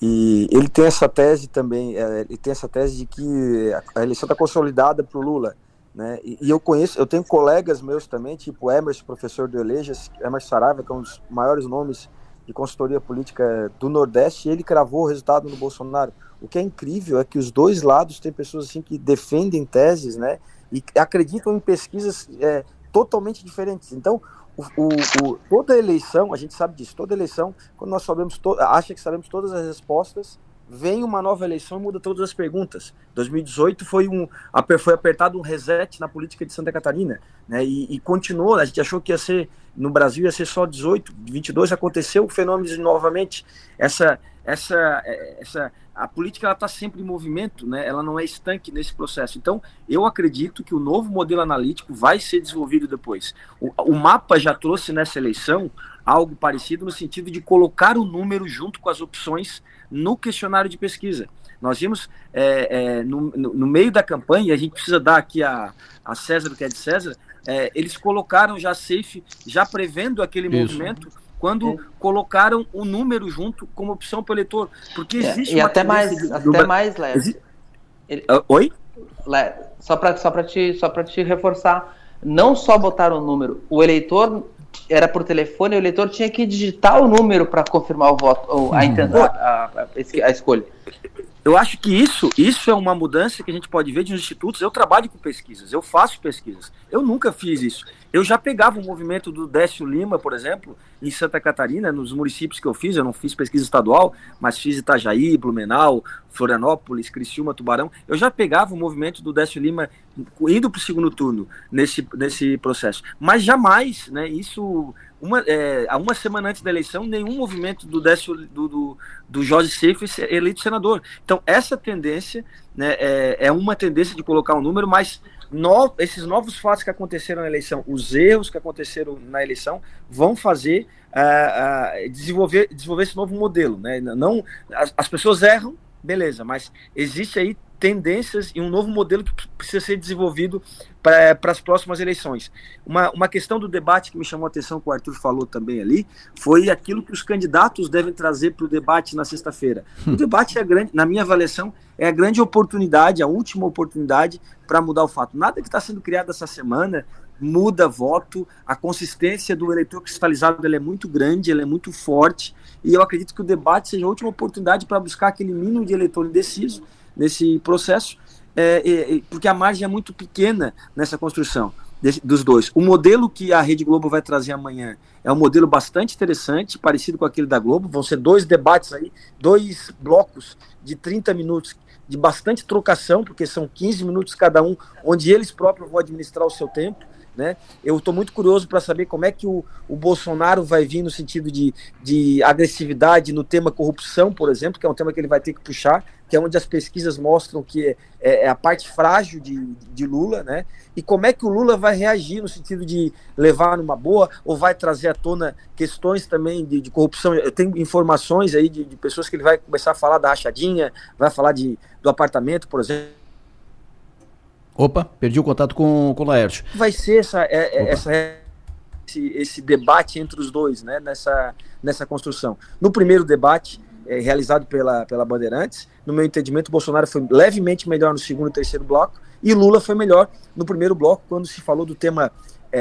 e ele tem essa tese também, é, ele tem essa tese de que a eleição está consolidada para o Lula. Né? E, e eu conheço, eu tenho colegas meus também, tipo Emerson, professor do Elejas, Emerson Saraiva, que é um dos maiores nomes de consultoria política do Nordeste, e ele cravou o resultado no Bolsonaro. O que é incrível é que os dois lados têm pessoas assim que defendem teses, né, e acreditam em pesquisas é, totalmente diferentes. Então, o, o, o, toda eleição, a gente sabe disso, toda eleição, quando nós sabemos, to, acha que sabemos todas as respostas, vem uma nova eleição e muda todas as perguntas. dois mil e dezoito foi, um, foi apertado um reset na política de Santa Catarina, né? E, e continuou, a gente achou que ia ser, no Brasil ia ser só dezoito, vinte e dois, aconteceu o fenômeno de, novamente, essa, essa, essa, a política ela está sempre em movimento, né? Ela não é estanque nesse processo. Então, eu acredito que o novo modelo analítico vai ser desenvolvido depois. O, o mapa já trouxe nessa eleição algo parecido no sentido de colocar o número junto com as opções no questionário de pesquisa. Nós vimos é, é, no, no, no meio da campanha, e a gente precisa dar aqui a, a César o que é de César, é, eles colocaram já safe, já prevendo aquele Isso. movimento, quando é. colocaram o número junto como opção para o eleitor. Porque existe é, e uma até mais, de, até do... mais, Léo. Exi... Ele... Uh, oi? Léo, só para só para te, só para te reforçar, não só botaram o número, o eleitor era por telefone, o eleitor tinha que digitar o número para confirmar o voto, a, a, a, a escolha. Eu acho que isso, isso é uma mudança que a gente pode ver de uns institutos. Eu trabalho com pesquisas, eu faço pesquisas. Eu nunca fiz isso. Eu já pegava o movimento do Décio Lima, por exemplo, em Santa Catarina, nos municípios que eu fiz. Eu não fiz pesquisa estadual, mas fiz Itajaí, Blumenau, Florianópolis, Criciúma, Tubarão. Eu já pegava o movimento do Décio Lima indo para o segundo turno nesse, nesse processo. Mas jamais, né, isso... Uma, é, há uma semana antes da eleição, nenhum movimento do, Décio, do, do, do Jorge Seife é eleito senador. Então, essa tendência, né, é, é uma tendência de colocar um número, mas no, esses novos fatos que aconteceram na eleição, os erros que aconteceram na eleição, vão fazer uh, uh, desenvolver, desenvolver esse novo modelo. Né? Não, as, as pessoas erram, beleza, mas existe aí tendências e um novo modelo que precisa ser desenvolvido para as próximas eleições. Uma, uma questão do debate que me chamou a atenção, que o Arthur falou também ali, foi aquilo que os candidatos devem trazer para o debate na sexta-feira. Hum. O debate, é grande, na minha avaliação, é a grande oportunidade, a última oportunidade para mudar o fato. Nada que está sendo criado essa semana muda voto, a consistência do eleitor cristalizado ele é muito grande, ele é muito forte, e eu acredito que o debate seja a última oportunidade para buscar aquele mínimo de eleitor indeciso nesse processo, é, é, porque a margem é muito pequena nessa construção de, dos dois. O modelo que a Rede Globo vai trazer amanhã é um modelo bastante interessante, parecido com aquele da Globo. Vão ser dois debates aí, dois blocos de trinta minutos, de bastante trocação, porque são quinze minutos cada um, onde eles próprios vão administrar o seu tempo, né? Eu estou muito curioso para saber como é que o, o Bolsonaro vai vir no sentido de, de agressividade no tema corrupção, por exemplo, que é um tema que ele vai ter que puxar, que é onde as pesquisas mostram que é, é a parte frágil de, de Lula, né? E como é que o Lula vai reagir no sentido de levar numa boa, ou vai trazer à tona questões também de, de corrupção. Eu tenho informações aí de, de pessoas que ele vai começar a falar da rachadinha, vai falar de, do apartamento, por exemplo. Opa, perdi o contato com, com o Laércio. Vai ser essa, é, essa, esse, esse debate entre os dois, né, nessa, nessa construção. No primeiro debate, é, realizado pela, pela Bandeirantes, no meu entendimento, o Bolsonaro foi levemente melhor no segundo e terceiro bloco, e Lula foi melhor no primeiro bloco, quando se falou do tema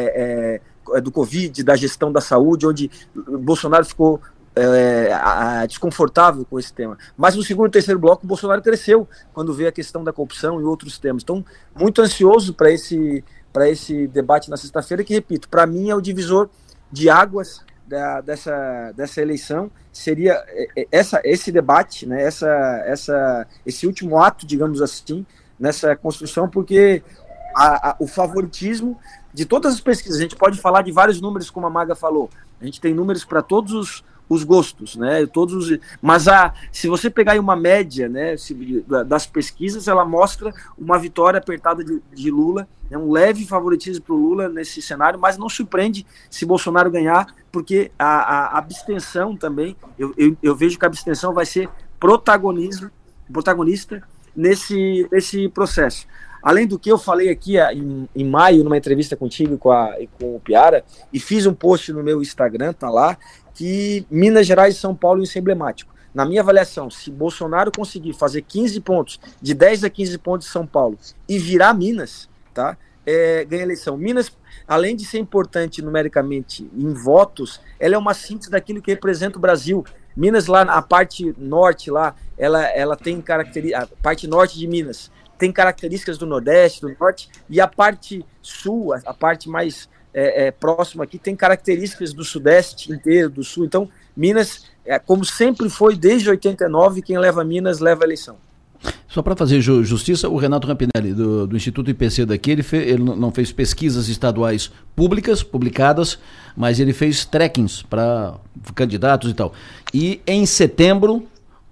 é, é, do Covid, da gestão da saúde, onde o Bolsonaro ficou É, a, a, desconfortável com esse tema. Mas no segundo e terceiro bloco o Bolsonaro cresceu quando veio a questão da corrupção e outros temas. Então, muito ansioso para esse, para esse debate na sexta-feira, que, repito, para mim é o divisor de águas da, dessa, dessa eleição. Seria essa, esse debate, né, essa, essa, esse último ato, digamos assim, nessa construção, porque a, a, o favoritismo de todas as pesquisas, a gente pode falar de vários números, como a Maga falou, a gente tem números para todos os os gostos, né? Todos os... Mas a, se você pegar aí uma média, né, se, das pesquisas, ela mostra uma vitória apertada de, de Lula, né, um leve favoritismo para o Lula nesse cenário, mas não surpreende se Bolsonaro ganhar, porque a, a abstenção também, eu, eu, eu vejo que a abstenção vai ser protagonismo, protagonista nesse, nesse processo. Além do que eu falei aqui em, em maio, numa entrevista contigo e com, a, e com o Piara, e fiz um post no meu Instagram, tá lá, que Minas Gerais e São Paulo isso é emblemático. Na minha avaliação, se Bolsonaro conseguir fazer quinze pontos, de dez a quinze pontos de São Paulo, e virar Minas, tá, é, ganha a eleição. Minas, além de ser importante numericamente em votos, ela é uma síntese daquilo que representa o Brasil. Minas, lá na parte norte, lá, ela, ela tem características, a parte norte de Minas tem características do Nordeste, do Norte, e a parte sul, a, a parte mais é, é, próxima aqui, tem características do Sudeste inteiro, do Sul. Então, Minas, é, como sempre foi desde oitenta e nove, quem leva Minas leva a eleição. Só para fazer ju- justiça, o Renato Rampinelli, do, do Instituto I P C daqui, ele, fe, ele não fez pesquisas estaduais públicas, publicadas, mas ele fez trackings para candidatos e tal. E em setembro,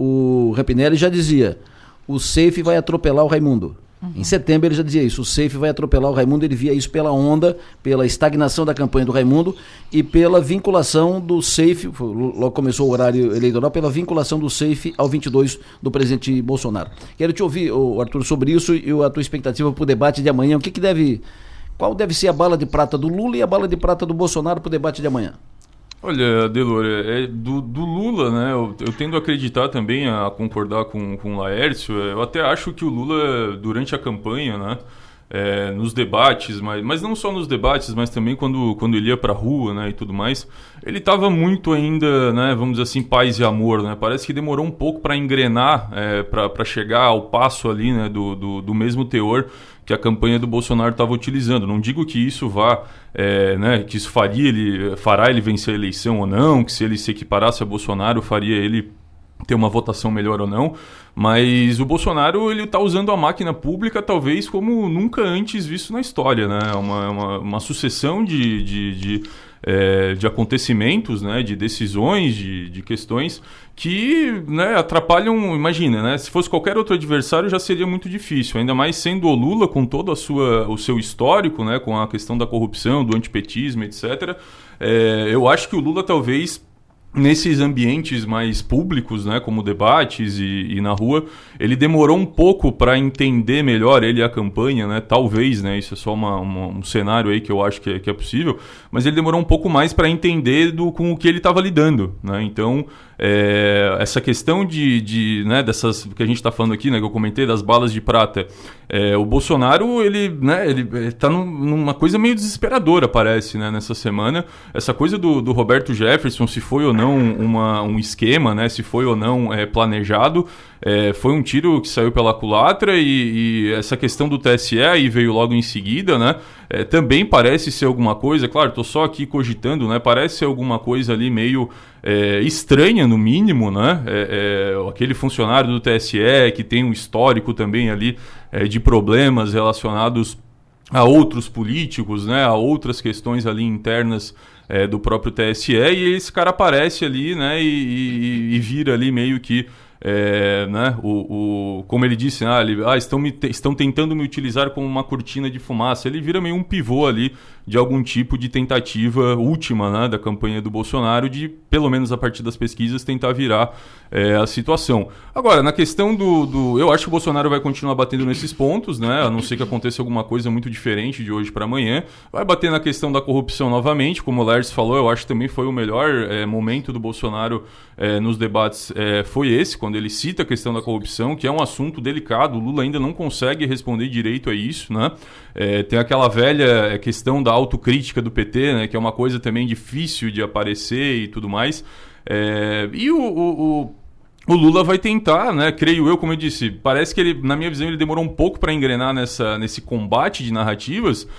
o Rampinelli já dizia: o Safe vai atropelar o Raimundo. Uhum. Em setembro ele já dizia isso, o Safe vai atropelar o Raimundo. Ele via isso pela onda, pela estagnação da campanha do Raimundo e pela vinculação do Safe, logo começou o horário eleitoral, pela vinculação do Safe ao vinte e dois do presidente Bolsonaro. Quero te ouvir, Arthur, sobre isso e a tua expectativa para o debate de amanhã. O que, que deve, qual deve ser a bala de prata do Lula e a bala de prata do Bolsonaro para o debate de amanhã? Olha, Adelor, é, do, do Lula, né, eu, eu tendo a acreditar também, a concordar com, com o Laércio. Eu até acho que o Lula, durante a campanha, né, é, nos debates, mas, mas não só nos debates, mas também quando, quando ele ia pra rua, né, e tudo mais, ele estava muito ainda, né, vamos dizer assim, paz e amor, né, parece que demorou um pouco para engrenar, é, para chegar ao passo ali, né, do, do, do mesmo teor que a campanha do Bolsonaro estava utilizando. Não digo que isso vá, é, né, que isso faria ele, fará ele vencer a eleição ou não, que se ele se equiparasse a Bolsonaro faria ele ter uma votação melhor ou não, mas o Bolsonaro ele está usando a máquina pública talvez como nunca antes visto na história, né? Uma, uma, uma sucessão de, de, de, é, de acontecimentos, né? De decisões, de, de questões que, né, atrapalham. Imagina, né? Se fosse qualquer outro adversário já seria muito difícil, ainda mais sendo o Lula com todo a sua, o seu histórico, né? Com a questão da corrupção, do antipetismo, etcétera. É, eu acho que o Lula talvez nesses ambientes mais públicos, né, como debates e, e na rua, ele demorou um pouco para entender melhor, ele e a campanha, né, talvez, né, isso é só uma, uma, um cenário aí que eu acho que é, que é possível, mas ele demorou um pouco mais para entender do, com o que ele estava lidando, né, então é, essa questão de, de né, dessas que a gente está falando aqui, né, que eu comentei, das balas de prata, é, o Bolsonaro, ele, né, ele está num, numa coisa meio desesperadora, parece, né, nessa semana, essa coisa do, do Roberto Jefferson, se foi ou não uma, um esquema, né, se foi ou não é, planejado, é, foi um tiro que saiu pela culatra e, e essa questão do T S E aí veio logo em seguida, né, é, também parece ser alguma coisa, claro, estou só aqui cogitando, né, parece ser alguma coisa ali meio é, estranha no mínimo, né, é, é, aquele funcionário do T S E que tem um histórico também ali é, de problemas relacionados a outros políticos, né, a outras questões ali internas é, do próprio T S E, e esse cara aparece ali, né, e, e, e vira ali meio que É, né, o, o, como ele disse, ah, ele, ah, estão, me te, estão tentando me utilizar como uma cortina de fumaça. Ele vira meio um pivô ali de algum tipo de tentativa última, né, da campanha do Bolsonaro de, pelo menos a partir das pesquisas, tentar virar é, a situação. Agora, na questão do, do... Eu acho que o Bolsonaro vai continuar batendo nesses pontos, né, a não ser que aconteça alguma coisa muito diferente de hoje para amanhã. Vai bater na questão da corrupção novamente, como o Lars falou, eu acho que também foi o melhor é, momento do Bolsonaro é, nos debates, é, foi esse, quando ele cita a questão da corrupção, que é um assunto delicado. O Lula ainda não consegue responder direito a isso, né? É, tem aquela velha questão da autocrítica do P T, né? Que é uma coisa também difícil de aparecer e tudo mais. É, e o, o, o, o Lula vai tentar, né? Creio eu, como eu disse, parece que ele, na minha visão, ele demorou um pouco para engrenar nessa, nesse combate de narrativas.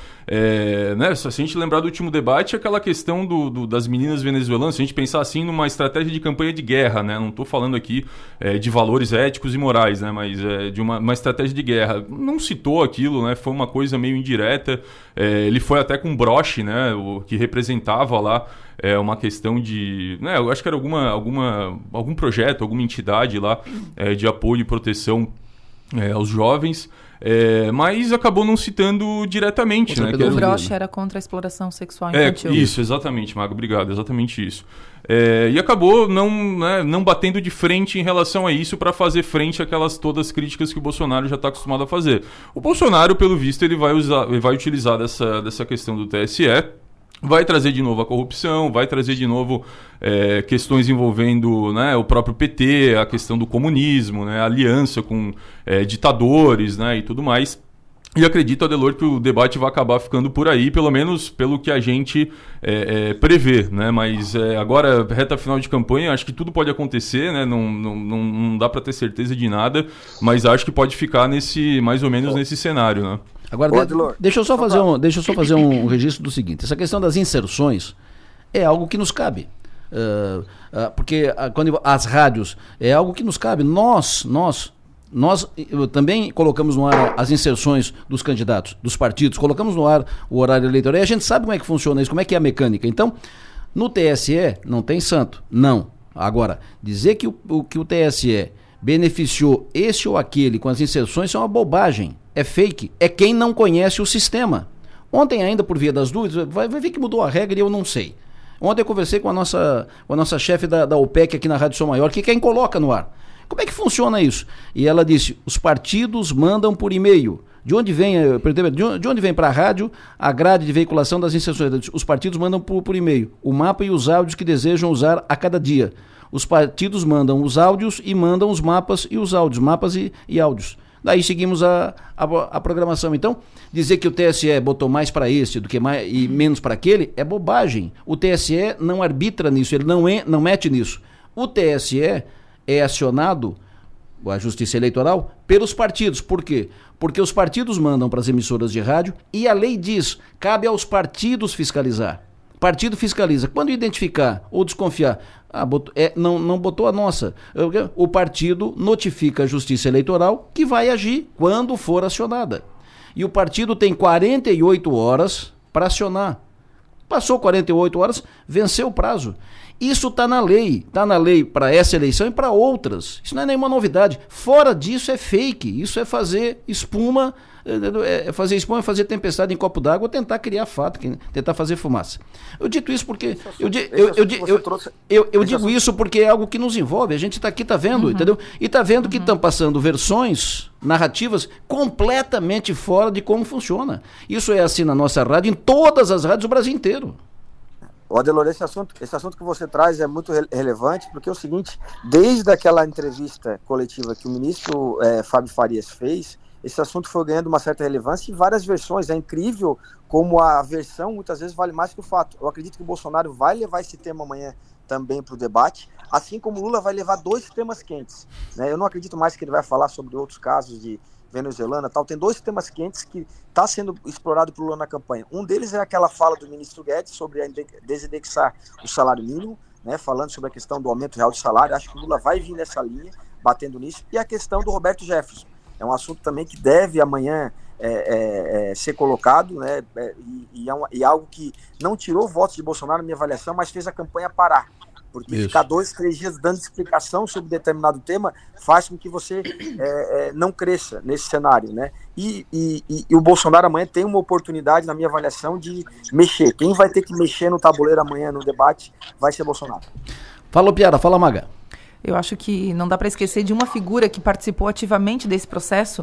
É, né, se a gente lembrar do último debate, aquela questão do, do, das meninas venezuelanas, se a gente pensar assim numa estratégia de campanha de guerra, né, não estou falando aqui é, de valores éticos e morais, né, mas é, de uma, uma estratégia de guerra, não citou aquilo, né, foi uma coisa meio indireta, é, ele foi até com um broche, né, o, que representava lá é, uma questão de, né, eu acho que era alguma, alguma, algum projeto, alguma entidade lá é, de apoio e proteção é, aos jovens. É, mas acabou não citando diretamente, né? O broche era contra a exploração sexual infantil. É, isso, exatamente, Mago, obrigado, exatamente isso. É, e acabou não, né, não batendo de frente em relação a isso para fazer frente àquelas todas as críticas que o Bolsonaro já está acostumado a fazer. O Bolsonaro, pelo visto, ele vai, usar, ele vai utilizar dessa, dessa questão do T S E, vai trazer de novo a corrupção, vai trazer de novo é, questões envolvendo, né, o próprio P T, a questão do comunismo, né, a aliança com é, ditadores, né, e tudo mais. E acredito, Adelor, que o debate vai acabar ficando por aí, pelo menos pelo que a gente é, é, prevê, né? Mas é, agora, reta final de campanha, acho que tudo pode acontecer, né? Não, não, não, não dá para ter certeza de nada, mas acho que pode ficar nesse, mais ou menos nesse cenário, né? Agora, de, deixa eu só fazer um, deixa eu só fazer um registro do seguinte: essa questão das inserções é algo que nos cabe. Uh, uh, porque uh, quando as rádios é algo que nos cabe. Nós, nós, nós também colocamos no ar as inserções dos candidatos, dos partidos, colocamos no ar o horário eleitoral e a gente sabe como é que funciona isso, como é que é a mecânica. Então, no T S E não tem santo, não. Agora, dizer que o, o, que o T S E beneficiou esse ou aquele com as inserções é uma bobagem. É fake, é quem não conhece o sistema. Ontem ainda, por via das dúvidas, vai, vai ver que mudou a regra e eu não sei. Ontem eu conversei com a nossa, com a nossa chefe da, da O P E C aqui na Rádio Som Maior, que quem coloca no ar. Como é que funciona isso? E ela disse, os partidos mandam por e-mail. De onde vem, de onde vem para a rádio a grade de veiculação das inserções? Os partidos mandam por, por e-mail o mapa e os áudios que desejam usar a cada dia. Os partidos mandam os áudios e mandam os mapas e os áudios, mapas e, e áudios. Daí seguimos a, a, a programação. Então, dizer que o T S E botou mais para esse do que mais, e menos para aquele é bobagem. O T S E não arbitra nisso, ele não, é, não mete nisso. O T S E é acionado, a Justiça Eleitoral, pelos partidos. Por quê? Porque os partidos mandam para as emissoras de rádio e a lei diz, cabe aos partidos fiscalizar. Partido fiscaliza. Quando identificar ou desconfiar, ah, botou, é, não, não botou a nossa, o partido notifica a Justiça Eleitoral que vai agir quando for acionada. E o partido tem quarenta e oito horas para acionar. Passou quarenta e oito horas, venceu o prazo. Isso está na lei, está na lei para essa eleição e para outras. Isso não é nenhuma novidade. Fora disso é fake, isso é fazer espuma É fazer espuma, fazer tempestade em copo d'água, ou tentar criar fato, tentar fazer fumaça. Eu dito isso porque eu, eu, eu, eu, eu, eu, eu digo isso porque é algo que nos envolve. A gente está aqui, está vendo, uhum. entendeu? E está vendo uhum. que estão passando versões, narrativas completamente fora de como funciona. Isso é assim na nossa rádio, em todas as rádios do Brasil inteiro. Ô Adelor, esse assunto, esse assunto que você traz é muito re- relevante, porque é o seguinte, desde aquela entrevista coletiva que o ministro é, Fábio Farias fez, esse assunto foi ganhando uma certa relevância em várias versões. É incrível como a versão muitas vezes vale mais que o fato. Eu acredito que o Bolsonaro vai levar esse tema amanhã também para o debate, assim como o Lula vai levar dois temas quentes. Né? Eu não acredito mais que ele vai falar sobre outros casos de venezuelana, tal. Tem dois temas quentes que está sendo explorado por Lula na campanha. Um deles é aquela fala do ministro Guedes sobre desindexar o salário mínimo, né, falando sobre a questão do aumento real do salário. Acho que o Lula vai vir nessa linha, batendo nisso. E a questão do Roberto Jefferson. É um assunto também que deve amanhã é, é, é, ser colocado, né, é, e, e, é um, e algo que não tirou votos de Bolsonaro na minha avaliação, mas fez a campanha parar. Porque Isso. ficar dois, três dias dando explicação sobre determinado tema faz com que você é, é, não cresça nesse cenário, né? E, e, e, e o Bolsonaro amanhã tem uma oportunidade, na minha avaliação, de mexer. Quem vai ter que mexer no tabuleiro amanhã no debate vai ser Bolsonaro. Fala, Piara, fala, Maga. Eu acho que não dá para esquecer de uma figura que participou ativamente desse processo,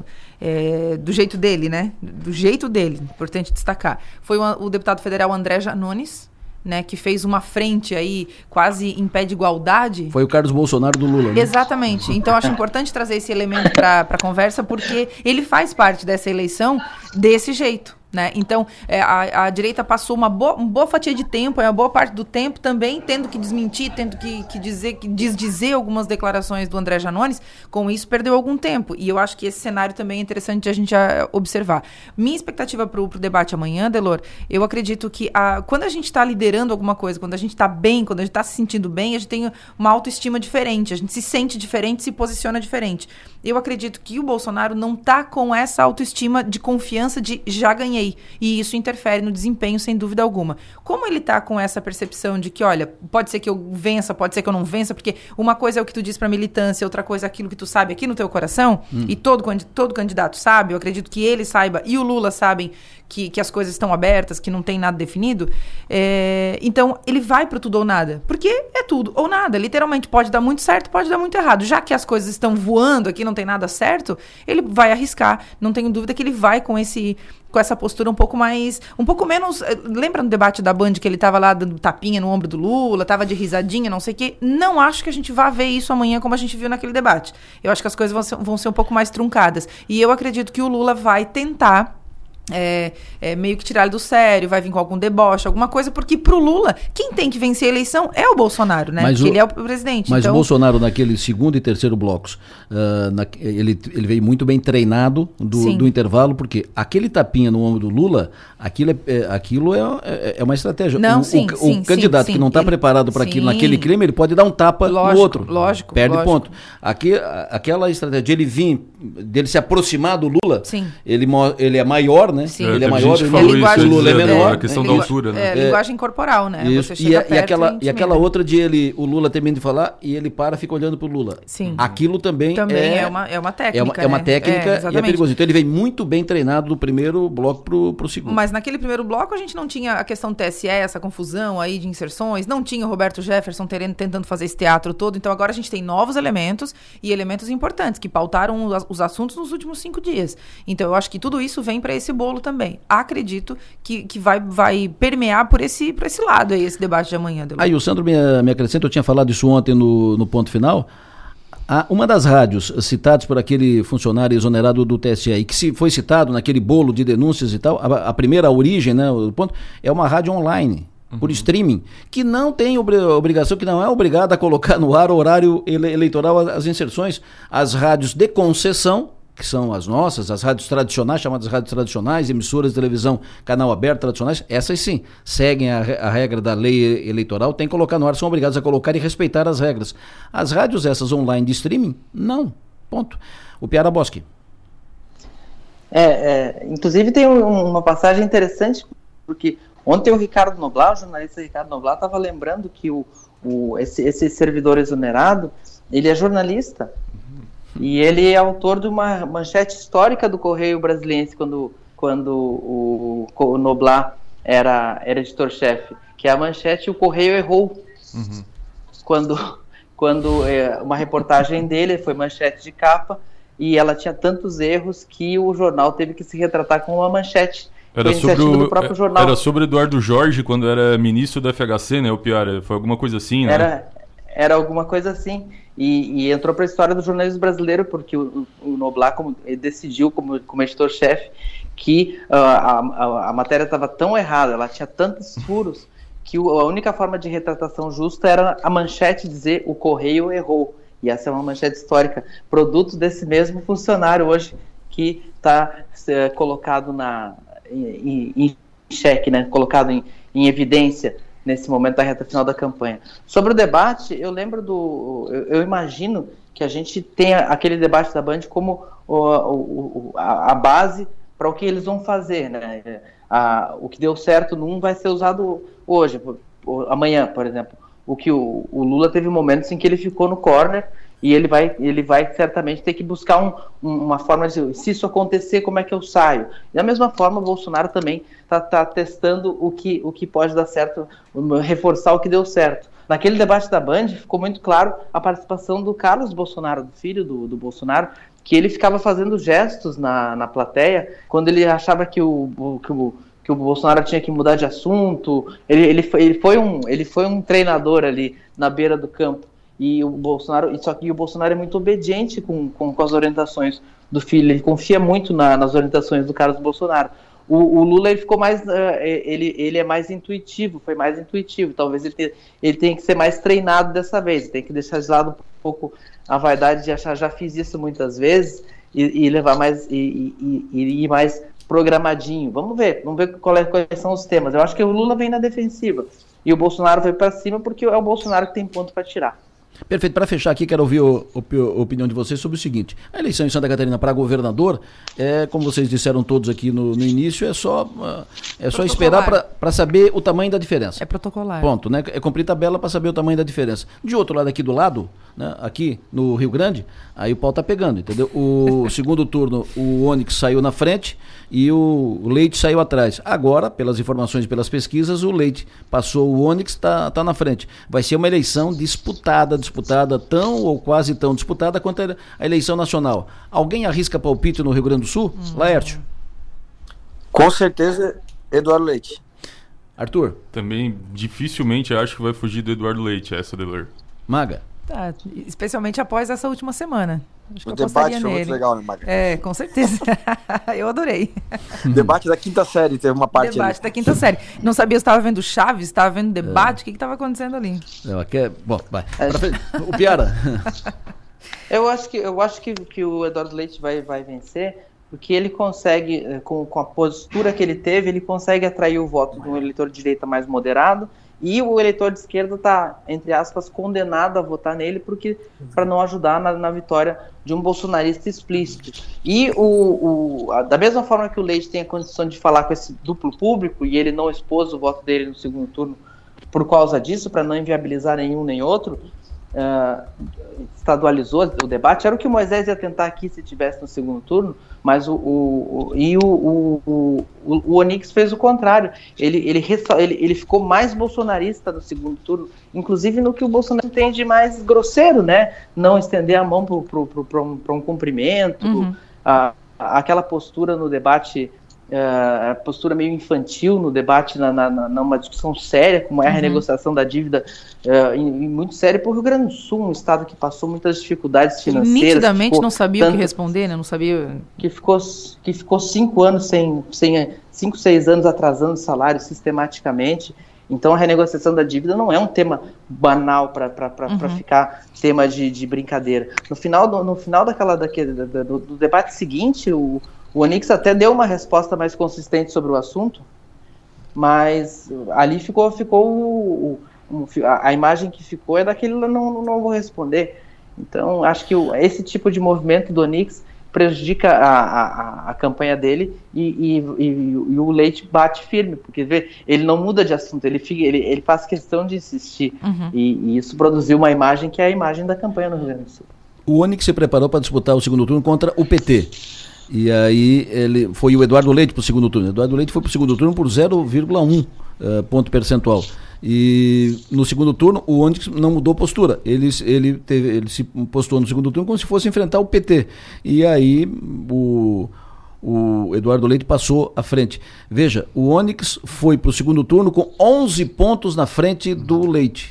é, do jeito dele, né? Do jeito dele, importante destacar. Foi o, o deputado federal André Janones, né, que fez uma frente aí quase em pé de igualdade. Foi o Carlos Bolsonaro do Lula, né? Exatamente. Então, acho importante trazer esse elemento para a conversa, porque ele faz parte dessa eleição desse jeito. Né? Então, é, a, a direita passou uma boa, uma boa fatia de tempo, é uma boa parte do tempo também tendo que desmentir, tendo que, que dizer, que desdizer algumas declarações do André Janones. Com isso, perdeu algum tempo. E eu acho que esse cenário também é interessante de a gente a, observar. Minha expectativa para o debate amanhã, Delor, eu acredito que a, quando a gente está liderando alguma coisa, quando a gente está bem, quando a gente está se sentindo bem, a gente tem uma autoestima diferente, a gente se sente diferente, se posiciona diferente. Eu acredito que o Bolsonaro não está com essa autoestima de confiança de já ganhei. E isso interfere no desempenho, sem dúvida alguma. Como ele está com essa percepção de que, olha, pode ser que eu vença, pode ser que eu não vença, porque uma coisa é o que tu diz para militância, outra coisa é aquilo que tu sabe aqui no teu coração, hum. e todo, todo candidato sabe, eu acredito que ele saiba, e o Lula sabem que, que as coisas estão abertas, que não tem nada definido. É, então, ele vai para tudo ou nada, porque é tudo ou nada. Literalmente, pode dar muito certo, pode dar muito errado. Já que as coisas estão voando aqui, não tem nada certo, ele vai arriscar. Não tenho dúvida que ele vai com esse... com essa postura um pouco mais, um pouco menos, lembra no debate da Band que ele tava lá dando tapinha no ombro do Lula, tava de risadinha, não sei o quê. Não acho que a gente vá ver isso amanhã como a gente viu naquele debate. Eu acho que as coisas vão ser, vão ser um pouco mais truncadas. E eu acredito que o Lula vai tentar É, é, meio que tirar ele do sério, vai vir com algum deboche, alguma coisa, porque pro Lula, quem tem que vencer a eleição é o Bolsonaro, né? Mas porque o, ele é o presidente. Mas então... o Bolsonaro, naquele segundo e terceiro blocos, uh, na, ele, ele veio muito bem treinado do, do intervalo, porque aquele tapinha no ombro do Lula, aquilo é, é, aquilo é, é, é uma estratégia. Não, o, sim, o, sim, o candidato sim, que não está preparado para aquilo, naquele crime, ele pode dar um tapa lógico, no outro. Lógico, perde lógico. ponto. Aqui, aquela estratégia de ele vir, dele se aproximar do Lula, sim. Ele, ele é maior, né? Sim. Ele é É, maior. falou o isso, Lula é menor. A questão é, da altura, né? É, é, linguagem corporal, né? Isso. Você E, chega a, perto e, aquela, e e aquela outra de ele, o Lula termina de falar e ele para, fica olhando pro Lula. Sim. Aquilo também, também é, é, uma, é uma técnica. É uma, é uma né? técnica é, e é perigoso. Então ele vem muito bem treinado do primeiro bloco pro, pro segundo. Mas naquele primeiro bloco a gente não tinha a questão do T S E, essa confusão aí de inserções, não tinha o Roberto Jefferson terendo, tentando fazer esse teatro todo. Então agora a gente tem novos elementos e elementos importantes que pautaram os, os assuntos nos últimos cinco dias. Então eu acho que tudo isso vem para esse bolo também. Acredito que, que vai, vai permear por esse, por esse lado aí, esse debate de amanhã. Aí o Sandro me, me acrescenta, eu tinha falado isso ontem no, no ponto final. Ah, uma das rádios citadas por aquele funcionário exonerado do T S E e que se foi citado naquele bolo de denúncias e tal, a, a primeira origem, né, o ponto, é uma rádio online, uhum. por streaming, que não tem obri- obrigação, que não é obrigada a colocar no ar o horário ele- eleitoral as inserções. As rádios de concessão, que são as nossas, as rádios tradicionais, chamadas rádios tradicionais, emissoras de televisão, canal aberto tradicionais, essas sim, seguem a, a regra da lei eleitoral, tem que colocar no ar, são obrigados a colocar e respeitar as regras. As rádios essas online de streaming, não, ponto. O Piara Boschi. É, é, inclusive tem um, uma passagem interessante, porque ontem o Ricardo Noblar, o jornalista Ricardo Noblar, estava lembrando que o, o, esse, esse servidor exonerado, ele é jornalista. E ele é autor de uma manchete histórica do Correio Brasiliense, quando, quando o, o Noblat era, era editor-chefe, que é a manchete "O Correio errou". Uhum. Quando, quando é, uma reportagem dele foi manchete de capa, e ela tinha tantos erros que o jornal teve que se retratar com uma manchete. Era sobre, o, era sobre Eduardo Jorge, quando era ministro da F H C, né, o Piara? Foi alguma coisa assim, né? Era, era alguma coisa assim. E, e entrou para a história do jornalismo brasileiro, porque o, o Noblat como, ele decidiu, como, como editor-chefe, que uh, a, a, a matéria estava tão errada, ela tinha tantos furos, que o, a única forma de retratação justa era a manchete dizer "O Correio errou". E essa é uma manchete histórica, produto desse mesmo funcionário hoje, que está é, colocado na... Em, em xeque, né, colocado em, em evidência nesse momento da reta final da campanha. Sobre o debate, eu lembro do... Eu, eu imagino que a gente tenha aquele debate da Band como o, o, a, a base para o que eles vão fazer, né? A, o que deu certo num vai ser usado hoje, amanhã, por exemplo. O que o, o Lula teve momentos em que ele ficou no corner, e ele vai, ele vai certamente ter que buscar um, uma forma de, se isso acontecer, como é que eu saio? E da mesma forma, o Bolsonaro também está tá testando o que, o que pode dar certo, reforçar o que deu certo. Naquele debate da Band, ficou muito claro a participação do Carlos Bolsonaro, do filho do, do Bolsonaro, que ele ficava fazendo gestos na, na plateia, quando ele achava que o, que o que o Bolsonaro tinha que mudar de assunto. Ele, ele, foi, ele, foi um, ele foi um treinador ali na beira do campo. E o Bolsonaro, só que o Bolsonaro é muito obediente com, com, com as orientações do filho, ele confia muito na, nas orientações do Carlos Bolsonaro. O, o Lula ele ficou mais, uh, ele, ele é mais intuitivo, foi mais intuitivo, talvez ele, te, ele tenha que ser mais treinado dessa vez, tem que deixar de lado um pouco a vaidade de achar, já fiz isso muitas vezes, e, e levar mais, e, e, e ir mais programadinho. Vamos ver, vamos ver qual é, quais são os temas. Eu acho que o Lula vem na defensiva, e o Bolsonaro vai para cima, porque é o Bolsonaro que tem ponto para tirar. Perfeito. Para fechar aqui, quero ouvir o, o, a opinião de vocês sobre o seguinte: a eleição em Santa Catarina para governador, é, como vocês disseram todos aqui no, no início, é só, é só esperar para saber o tamanho da diferença. É protocolar. Ponto, né? É cumprir tabela para saber o tamanho da diferença. De outro lado, aqui do lado, né, aqui no Rio Grande, aí o pau tá pegando, entendeu? O segundo turno, o Onyx saiu na frente e o, o Leite saiu atrás. Agora, pelas informações e pelas pesquisas, o Leite passou, o Onyx está tá na frente. Vai ser uma eleição disputada, disputada, tão ou quase tão disputada quanto a eleição nacional. Alguém arrisca palpite no Rio Grande do Sul? Hum. Laércio? Com certeza, Eduardo Leite. Arthur? Também dificilmente acho que vai fugir do Eduardo Leite, essa, Delor. Maga? Tá, especialmente após essa última semana. Acho o que eu debate foi nele. muito legal, né, Maga? É, com certeza. Eu adorei. Debate da quinta série, teve uma parte Debate ali. da quinta série. Não sabia se estava vendo Chaves, estava vendo debate, o é. que estava acontecendo ali? Não, aqui é... Bom, vai. É. O Piara. Eu acho, que, eu acho que, que o Eduardo Leite vai, vai vencer, porque ele consegue, com, com a postura que ele teve, ele consegue atrair o voto de um eleitor de direita mais moderado, e o eleitor de esquerda está, entre aspas, condenado a votar nele para não ajudar na, na vitória de um bolsonarista explícito. E o, o, a, da mesma forma que o Leite tem a condição de falar com esse duplo público, e ele não expôs o voto dele no segundo turno por causa disso, para não inviabilizar nenhum nem outro, uh, estadualizou o debate. Era o que o Moisés ia tentar aqui se tivesse no segundo turno, mas o, o, o, e o, o, o, o Onyx fez o contrário. Ele, ele, ele, ele ficou mais bolsonarista no segundo turno, inclusive no que o Bolsonaro tem de mais grosseiro, né? Não estender a mão para um, um cumprimento, uhum. a, aquela postura no debate, a postura meio infantil no debate, na, na, numa discussão séria, como é a uhum. renegociação da dívida, uh, e, e muito séria, porque o Rio Grande do Sul, um estado que passou muitas dificuldades financeiras. Nitidamente não sabia tanto, o que responder, né? Não sabia... Que ficou, que ficou cinco anos sem, sem... Cinco, seis anos atrasando o salário sistematicamente. Então a renegociação da dívida não é um tema banal para uhum. ficar tema de, de brincadeira. No final, do, no final daquela, daquele, do, do debate seguinte, o O Onyx até deu uma resposta mais consistente sobre o assunto, mas ali ficou, ficou o, o, a, a imagem que ficou é daquele eu não, não vou responder. Então, acho que o, esse tipo de movimento do Onyx prejudica a, a, a campanha dele e, e, e, e o Leite bate firme, porque vê, ele não muda de assunto, ele, fica, ele, ele faz questão de insistir, uhum. e, e isso produziu uma imagem que é a imagem da campanha no Rio Grande do Sul. O Onyx se preparou para disputar o segundo turno contra o P T. E aí ele foi o Eduardo Leite para o segundo turno. Eduardo Leite foi para o segundo turno por zero vírgula um uh, ponto percentual. E no segundo turno o Onyx não mudou postura. Ele, ele, teve, ele se postou no segundo turno como se fosse enfrentar o P T. E aí o, o Eduardo Leite passou à frente. Veja, o Onyx foi para o segundo turno com onze pontos na frente do Leite.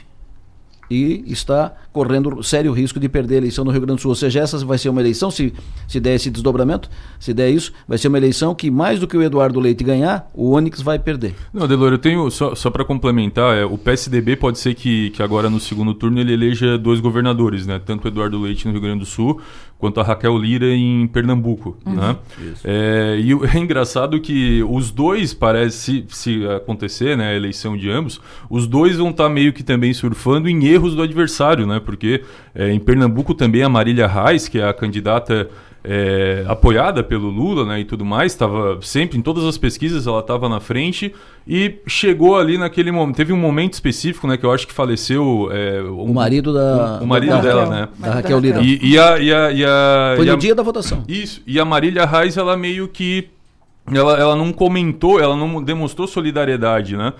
E está correndo sério risco de perder a eleição no Rio Grande do Sul. Ou seja, essa vai ser uma eleição, se, se der esse desdobramento, se der isso, vai ser uma eleição que mais do que o Eduardo Leite ganhar, o Onyx vai perder. Não, Delor, eu tenho, só, só para complementar, é, o P S D B pode ser que, que agora no segundo turno ele eleja dois governadores, né? Tanto o Eduardo Leite no Rio Grande do Sul, quanto a Raquel Lira em Pernambuco. Uhum. Né? É, e é engraçado que os dois, parece, se, se acontecer, né, a eleição de ambos, os dois vão estar meio que também surfando em erros do adversário, né? Porque é, em Pernambuco também a Marília Reis, que é a candidata é, apoiada pelo Lula, né, e tudo mais, estava sempre, em todas as pesquisas, ela estava na frente e chegou ali naquele momento. Teve um momento específico, né, que eu acho que faleceu é, o, o marido da o, o marido da dela, Raquel, né? Da Raquel Lira. E, e, a, e, a, e a Foi e no a, dia da votação. Isso. E a Marília Reis, ela meio que Ela, ela não comentou, ela não demonstrou solidariedade, né?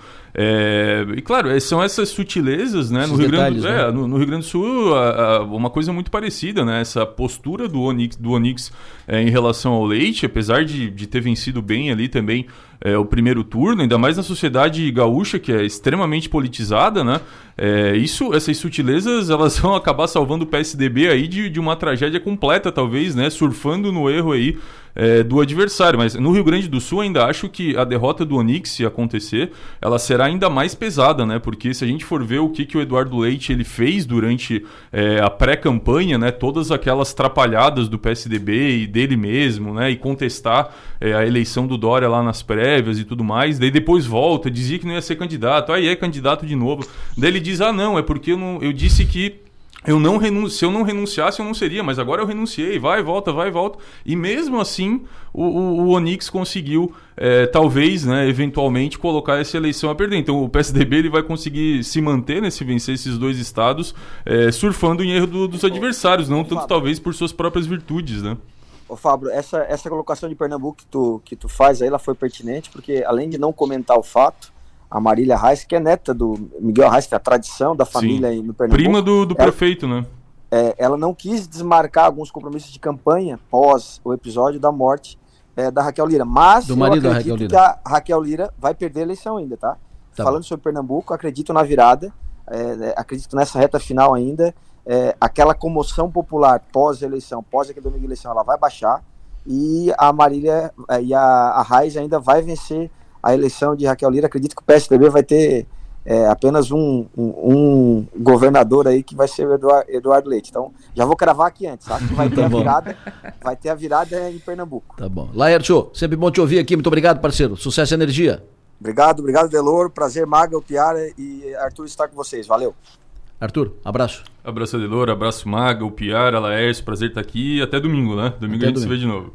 É, e claro, são essas sutilezas, né? No Rio, detalhes, Grande, né? é, no, no Rio Grande do Sul, a, a, uma coisa muito parecida, né? Essa postura do Onyx, do Onyx é, em relação ao Leite, apesar de, de ter vencido bem ali também é, o primeiro turno, ainda mais na sociedade gaúcha, que é extremamente politizada, né? É, isso, essas sutilezas, elas vão acabar salvando o P S D B aí de, de uma tragédia completa, talvez, né? Surfando no erro aí É, do adversário, mas no Rio Grande do Sul ainda acho que a derrota do Onyx, se acontecer, ela será ainda mais pesada, né? Porque se a gente for ver o que, que o Eduardo Leite ele fez durante é, a pré-campanha, né? Todas aquelas trapalhadas do P S D B e dele mesmo, né? E contestar é, a eleição do Dória lá nas prévias e tudo mais, daí depois volta, dizia que não ia ser candidato, aí é candidato de novo, daí ele diz, ah não, é porque eu, não, eu disse que Eu não renun... Se eu não renunciasse, eu não seria, mas agora eu renunciei, vai, volta, vai, volta. E mesmo assim, o, o, o Onyx conseguiu, é, talvez, né, eventualmente, colocar essa eleição a perder. Então o P S D B ele vai conseguir se manter, né, se vencer esses dois estados, é, surfando em erro do, dos adversários, não tanto talvez por suas próprias virtudes, né? Ô Fábio, essa, essa colocação de Pernambuco que tu, que tu faz aí, ela foi pertinente, porque além de não comentar o fato, a Marília Reis, que é neta do Miguel Reis, que é a tradição da família aí no Pernambuco. Prima do, do ela, prefeito, né? É, ela não quis desmarcar alguns compromissos de campanha pós o episódio da morte é, da Raquel Lira. Mas do eu marido acredito da Raquel que a Raquel Lira vai perder a eleição ainda, tá? tá Falando bom. sobre Pernambuco, acredito na virada, é, acredito nessa reta final ainda. É, aquela comoção popular pós-eleição, pós aquele domingo de eleição, ela vai baixar e a Marília é, e a, a Reis ainda vai vencer a eleição de Raquel Lira. Acredito que o P S D B vai ter é, apenas um, um, um governador aí que vai ser o Eduardo, Eduardo Leite. Então, já vou cravar aqui antes, tá? Que vai ter tá a virada, vai ter a virada em Pernambuco. Tá bom. Laercio, sempre bom te ouvir aqui. Muito obrigado, parceiro. Sucesso e energia. Obrigado, obrigado, Delor. Prazer, Maga, o Piara e Arthur estar com vocês. Valeu. Arthur, abraço. Abraço, Delor. Abraço, Maga, o Piara, Laércio. Prazer estar aqui. Até domingo, né? Domingo até a gente domingo. se vê de novo.